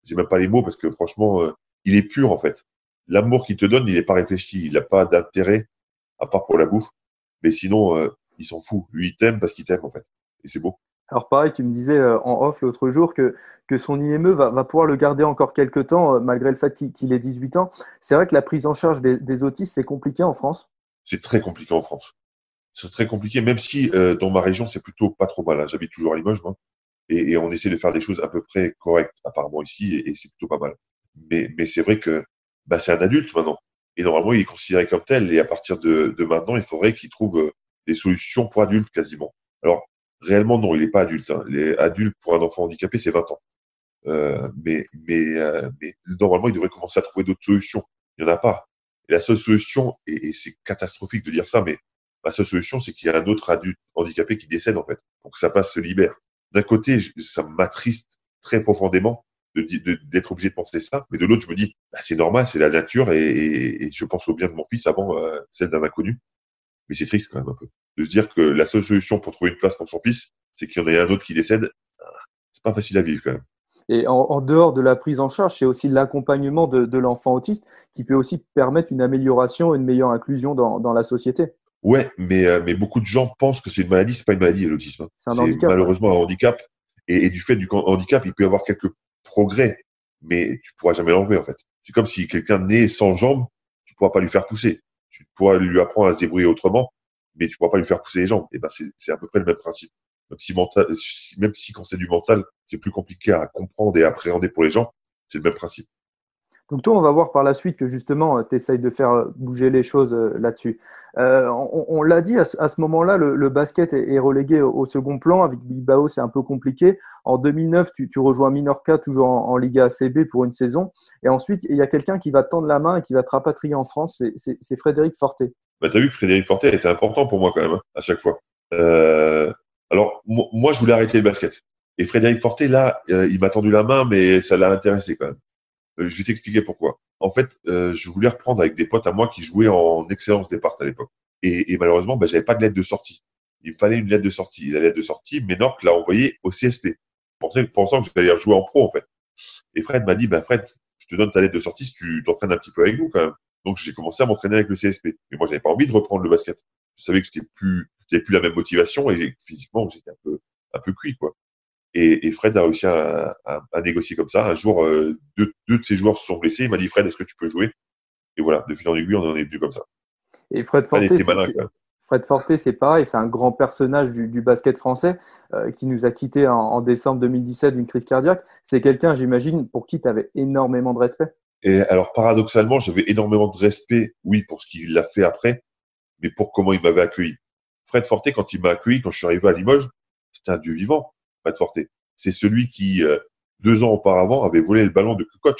j'ai même pas les mots parce que franchement, euh, il est pur en fait. L'amour qu'il te donne, il n'est pas réfléchi, il n'a pas d'intérêt à part pour la bouffe. Mais sinon, euh, il s'en fout. Lui, il t'aime parce qu'il t'aime en fait. Et c'est beau. Alors pareil, tu me disais euh, en off l'autre jour que, que son I M E va, va pouvoir le garder encore quelques temps, euh, malgré le fait qu'il, qu'il ait dix-huit ans. C'est vrai que la prise en charge des, des autistes, c'est compliqué en France. C'est très compliqué en France. C'est très compliqué, même si euh, dans ma région, c'est plutôt pas trop mal. Hein. J'habite toujours à Limoges, moi. Et, et on essaie de faire des choses à peu près correctes, apparemment, ici, et, et c'est plutôt pas mal. Mais, mais c'est vrai que bah, c'est un adulte maintenant. Et normalement, il est considéré comme tel. Et à partir de, de maintenant, il faudrait qu'il trouve euh, des solutions pour adultes quasiment. Alors, réellement, non, il n'est pas adulte. Hein. Les adultes pour un enfant handicapé, c'est vingt ans. Euh, mais, mais, euh, mais normalement, il devrait commencer à trouver d'autres solutions. Il n'y en a pas. Et la seule solution, et, et c'est catastrophique de dire ça, mais la seule solution, c'est qu'il y a un autre adulte handicapé qui décède, en fait, pour que sa place se libère. D'un côté, je, ça m'attriste très profondément de, de, d'être obligé de penser ça, mais de l'autre, je me dis, bah, c'est normal, c'est la nature, et, et, et je pense au bien de mon fils avant euh, celle d'un inconnu. Mais c'est triste quand même un peu de se dire que la seule solution pour trouver une place pour son fils, c'est qu'il y en ait un autre qui décède. C'est pas facile à vivre quand même. Et en, en dehors de la prise en charge, c'est aussi l'accompagnement de, de l'enfant autiste qui peut aussi permettre une amélioration et une meilleure inclusion dans, dans la société. Ouais, mais, euh, mais beaucoup de gens pensent que c'est une maladie. C'est pas une maladie, l'autisme. Hein. C'est un c'est handicap. malheureusement ouais. un handicap. Et, et du fait du handicap, il peut y avoir quelques progrès, mais tu pourras jamais l'enlever en fait. C'est comme si quelqu'un naît sans jambes, tu pourras pas lui faire pousser. Tu pourras lui apprendre à se débrouiller autrement, mais tu pourras pas lui faire pousser les jambes. Et ben c'est, c'est à peu près le même principe. Même si, mental, même si quand c'est du mental, c'est plus compliqué à comprendre et à appréhender pour les gens, c'est le même principe. Donc toi, on va voir par la suite que justement, tu essayes de faire bouger les choses là-dessus. Euh, on, on l'a dit, à ce, à ce moment-là, le, le basket est, est relégué au, au second plan. Avec Bilbao, c'est un peu compliqué. En deux mille neuf, tu, tu rejoins Minorca, toujours en, en Liga A C B pour une saison. Et ensuite, il y a quelqu'un qui va te tendre la main et qui va te rapatrier en France. C'est, c'est, c'est Frédéric Fortet. Bah, tu as vu que Frédéric Fortet était important pour moi quand même, hein, à chaque fois. Euh, alors, mo- moi, je voulais arrêter le basket. Et Frédéric Fortet, là, euh, il m'a tendu la main, mais ça l'a intéressé quand même. Euh, je vais t'expliquer pourquoi. En fait, euh, je voulais reprendre avec des potes à moi qui jouaient en excellence départ à l'époque. Et, et malheureusement, bah, j'avais pas de lettre de sortie. Il me fallait une lettre de sortie. Et la lettre de sortie, Ménorque l'a envoyée au C S P, pensant, pensant que j'allais jouer en pro, en fait. Et Fred m'a dit, bah, Fred, je te donne ta lettre de sortie si tu t'entraînes un petit peu avec nous, quand même. Donc, j'ai commencé à m'entraîner avec le C S P. Mais moi, j'avais pas envie de reprendre le basket. Je savais que j'étais plus, j'avais plus la même motivation et physiquement, j'étais un peu, un peu cuit, quoi. Et, et Fred a réussi à, à, à négocier comme ça. Un jour, euh, deux, deux de ses joueurs se sont blessés. Il m'a dit, Fred, est-ce que tu peux jouer? Et voilà, de fil en aiguille, on en est venu comme ça. Et Fred Fortet, c'est, c'est, Fred Fortet, c'est pareil, c'est un grand personnage du, du basket français euh, qui nous a quittés en, en décembre deux mille dix-sept d'une crise cardiaque. C'est quelqu'un, j'imagine, pour qui tu avais énormément de respect. Et alors, paradoxalement, j'avais énormément de respect, oui, pour ce qu'il a fait après, mais pour comment il m'avait accueilli. Fred Fortet, quand il m'a accueilli, quand je suis arrivé à Limoges, c'était un dieu vivant. Fred Fortet. C'est celui qui, euh, deux ans auparavant, avait volé le ballon de Kukoc.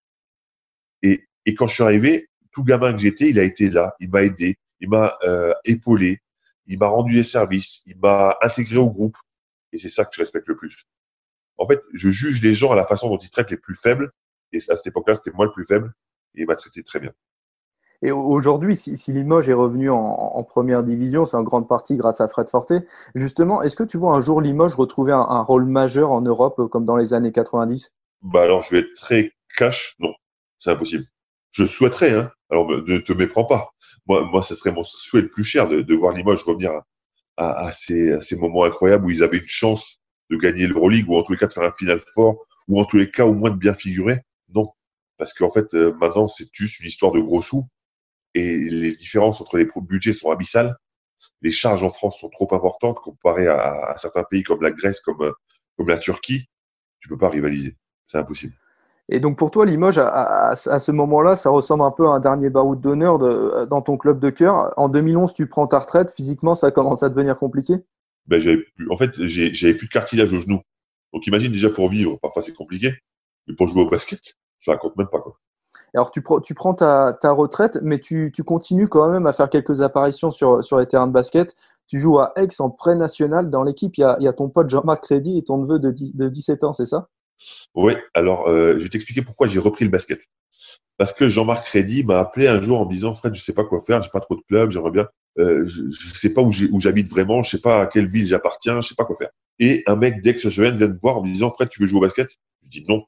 Et, et quand je suis arrivé, tout gamin que j'étais, il a été là, il m'a aidé, il m'a euh, épaulé, il m'a rendu des services, il m'a intégré au groupe. Et c'est ça que je respecte le plus. En fait, je juge les gens à la façon dont ils traitent les plus faibles. Et à cette époque-là, c'était moi le plus faible. Et il m'a traité très bien. Et aujourd'hui, si, si Limoges est revenu en, en première division, c'est en grande partie grâce à Fred Fortet. Justement, est-ce que tu vois un jour Limoges retrouver un, un rôle majeur en Europe comme dans les années quatre-vingt-dix? Bah alors, je vais être très cash. Non, c'est impossible. Je souhaiterais, hein. Alors, ne te méprends pas. Moi, moi, ce serait mon souhait le plus cher de, de voir Limoges revenir à, à, à, ces, à ces moments incroyables où ils avaient une chance de gagner l'Euroleague ou en tous les cas de faire un final fort ou en tous les cas au moins de bien figurer. Non, parce qu'en fait, euh, maintenant, c'est juste une histoire de gros sous. Et les différences entre les budgets sont abyssales. Les charges en France sont trop importantes comparées à, à certains pays comme la Grèce, comme, comme la Turquie. Tu peux pas rivaliser. C'est impossible. Et donc pour toi, Limoges, à, à, à ce moment-là, ça ressemble un peu à un dernier baroud d'honneur de, dans ton club de cœur. En deux mille onze, tu prends ta retraite. Physiquement, ça commence à devenir compliqué? Ben, j'avais plus, en fait, j'ai, j'avais plus de cartilage au genou. Donc imagine déjà pour vivre, parfois c'est compliqué. Mais pour jouer au basket, ça raconte même pas, quoi. Alors, tu, tu prends ta, ta retraite, mais tu, tu continues quand même à faire quelques apparitions sur, sur les terrains de basket. Tu joues à Aix en pré-national. Dans l'équipe, il y a, il y a ton pote Jean-Marc Crédy et ton neveu de, dix, de dix-sept ans, c'est ça? Oui, alors euh, je vais t'expliquer pourquoi j'ai repris le basket. Parce que Jean-Marc Crédy m'a appelé un jour en me disant « Fred, je sais pas quoi faire, j'ai pas trop de clubs, j'aimerais bien, euh, je, je sais pas où, j'ai, où j'habite vraiment, je sais pas à quelle ville j'appartiens, je sais pas quoi faire. » Et un mec d'Aix-sur-Seine vient me voir en me disant « Fred, tu veux jouer au basket ?» Je dis « Non,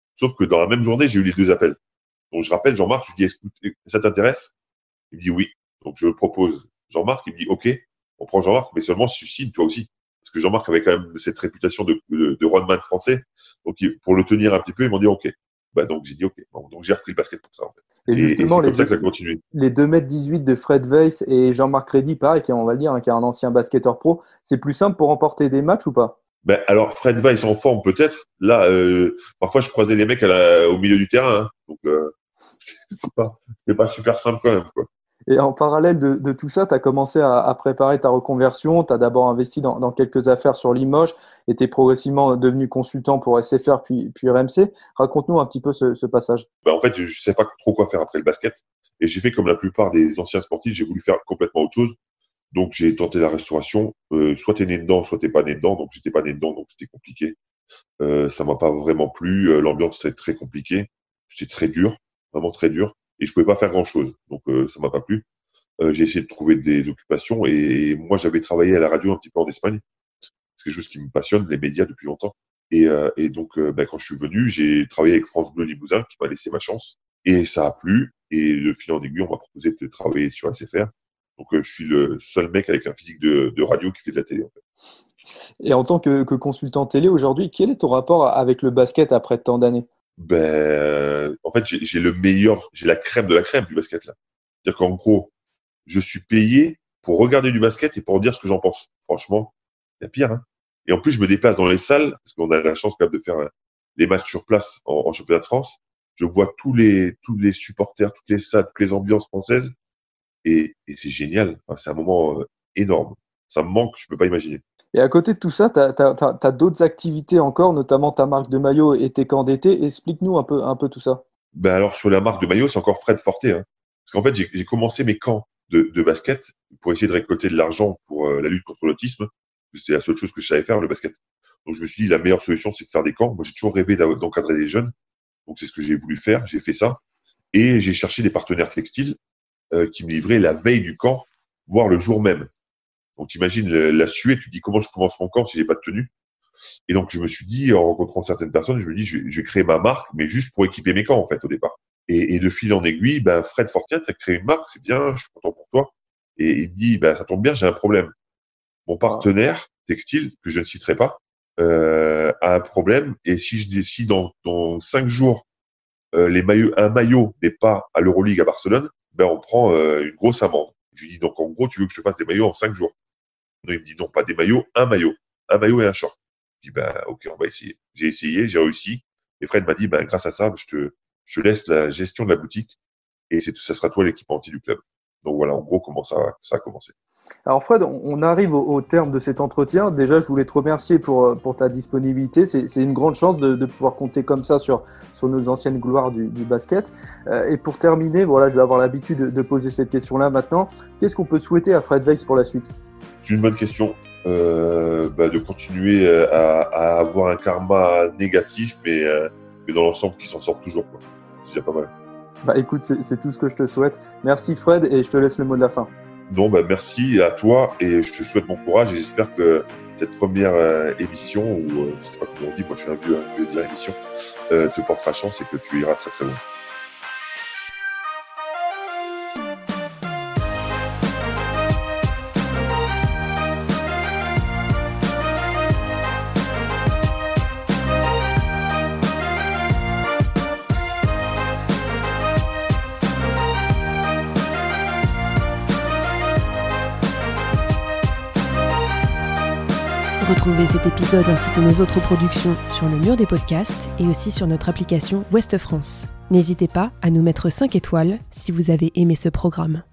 Sauf que dans la même journée, j'ai eu les deux appels. Donc, je rappelle Jean-Marc, je lui dis, est-ce que ça t'intéresse? Il me dit oui. Donc, je propose Jean-Marc, il me dit, OK, on prend Jean-Marc, mais seulement si tu signes, toi aussi. Parce que Jean-Marc avait quand même cette réputation de, de, de roadman français. Donc, pour le tenir un petit peu, ils m'ont dit OK. Bah, donc, j'ai dit OK. Bon, donc, j'ai repris le basket pour ça, en fait. Et, et, justement, et c'est comme ça deux, que ça a continué. Les deux mètres dix-huit de Fred Weiss et Jean-Marc Rédy, pareil, qui, on va le dire, hein, qui est un ancien basketteur pro, c'est plus simple pour remporter des matchs ou pas? Ben, alors, Fred Weiss en forme, peut-être. Là, euh, parfois, je croisais les mecs à la, au milieu du terrain. Hein. Donc, euh, c'est pas, c'est pas super simple quand même, quoi. Et en parallèle de, de tout ça, tu as commencé à, à préparer ta reconversion. Tu as d'abord investi dans, dans quelques affaires sur Limoges et tu es progressivement devenu consultant pour S F R puis, puis R M C. Raconte-nous un petit peu ce, ce passage. Ben, en fait, je ne sais pas trop quoi faire après le basket. Et j'ai fait comme la plupart des anciens sportifs, j'ai voulu faire complètement autre chose. Donc, j'ai tenté la restauration. Euh, soit tu es né dedans, soit tu n'es pas né dedans. Donc, j'étais pas né dedans, donc c'était compliqué. Euh, ça m'a pas vraiment plu. Euh, l'ambiance, c'était très compliqué. C'était très dur, vraiment très dur. Et je pouvais pas faire grand-chose. Donc, euh, ça m'a pas plu. Euh, j'ai essayé de trouver des occupations. Et, et moi, j'avais travaillé à la radio un petit peu en Espagne. C'est quelque chose qui me passionne, les médias, depuis longtemps. Et, euh, et donc, euh, ben, quand je suis venu, j'ai travaillé avec France Bleu Limousin, qui m'a laissé ma chance. Et ça a plu. Et de fil en aiguille, on m'a proposé de travailler sur S F R. Donc, euh, je suis le seul mec avec un physique de, de radio qui fait de la télé, en fait. Et en tant que, que consultant télé aujourd'hui, quel est ton rapport avec le basket après tant d'années? Ben, en fait, j'ai, j'ai le meilleur, j'ai la crème de la crème du basket, là. C'est-à-dire qu'en gros, je suis payé pour regarder du basket et pour dire ce que j'en pense. Franchement, il y a pire, hein. Et en plus, je me déplace dans les salles, parce qu'on a la chance quand même de faire les matchs sur place en, en championnat de France. Je vois tous les, tous les supporters, toutes les salles, toutes les ambiances françaises. Et, et c'est génial. Enfin, c'est un moment euh, énorme. Ça me manque, je peux pas imaginer. Et à côté de tout ça, tu as d'autres activités encore, notamment ta marque de maillot et tes camps d'été. Explique-nous un peu, un peu tout ça. Ben alors, sur la marque de maillot, c'est encore Fred Forté. Hein. Parce qu'en fait, j'ai, j'ai commencé mes camps de, de basket pour essayer de récolter de l'argent pour euh, la lutte contre l'autisme. C'était la seule chose que je savais faire, le basket. Donc, je me suis dit, la meilleure solution, c'est de faire des camps. Moi, j'ai toujours rêvé d'encadrer des jeunes. Donc, c'est ce que j'ai voulu faire. J'ai fait ça. Et j'ai cherché des partenaires textiles euh, qui me livraient la veille du camp, voire le jour même. Donc, t'imagines la suée, tu te dis comment je commence mon camp si j'ai pas de tenue. Et donc, je me suis dit, en rencontrant certaines personnes, je me dis, je vais, je vais créer ma marque, mais juste pour équiper mes camps, en fait, au départ. Et, et de fil en aiguille, ben, Fred Fortier, t'as créé une marque, c'est bien, je suis content pour toi. Et il me dit, ben, ça tombe bien, j'ai un problème. Mon partenaire textile, que je ne citerai pas, euh, a un problème. Et si je décide dans, dans cinq jours, euh, les maillots, un maillot n'est pas à l'Euroleague à Barcelone, ben, on prend euh, une grosse amende. Je lui dis, donc, en gros, tu veux que je te fasse des maillots en cinq jours? Non, il me dit non, pas des maillots, un maillot. Un maillot et un short. Je dis, ben, ok, on va essayer. J'ai essayé, j'ai réussi. Et Fred m'a dit, ben, grâce à ça, je te, je te laisse la gestion de la boutique et c'est, ça sera toi l'équipementier du club. Donc voilà, en gros, comment ça, ça a commencé. Alors Fred, on arrive au, au terme de cet entretien. Déjà, je voulais te remercier pour, pour ta disponibilité. C'est, c'est une grande chance de, de pouvoir compter comme ça sur, sur nos anciennes gloires du, du basket. Euh, et pour terminer, voilà, je vais avoir l'habitude de, de poser cette question-là maintenant. Qu'est-ce qu'on peut souhaiter à Fred Weiss pour la suite? C'est une bonne question. Euh, bah, de continuer à, à avoir un karma négatif, mais, euh, mais dans l'ensemble, qui s'en sort toujours, quoi. C'est déjà pas mal. Bah écoute, c'est, c'est tout ce que je te souhaite. Merci Fred et je te laisse le mot de la fin. Non, bah merci à toi et je te souhaite bon courage et j'espère que cette première euh, émission, ou euh, je sais pas comment on dit, moi je suis un vieux, hein, je vais dire émission, euh, te portera chance et que tu iras très très loin. Retrouvez cet épisode ainsi que nos autres productions sur le mur des podcasts et aussi sur notre application Ouest France. N'hésitez pas à nous mettre cinq étoiles si vous avez aimé ce programme.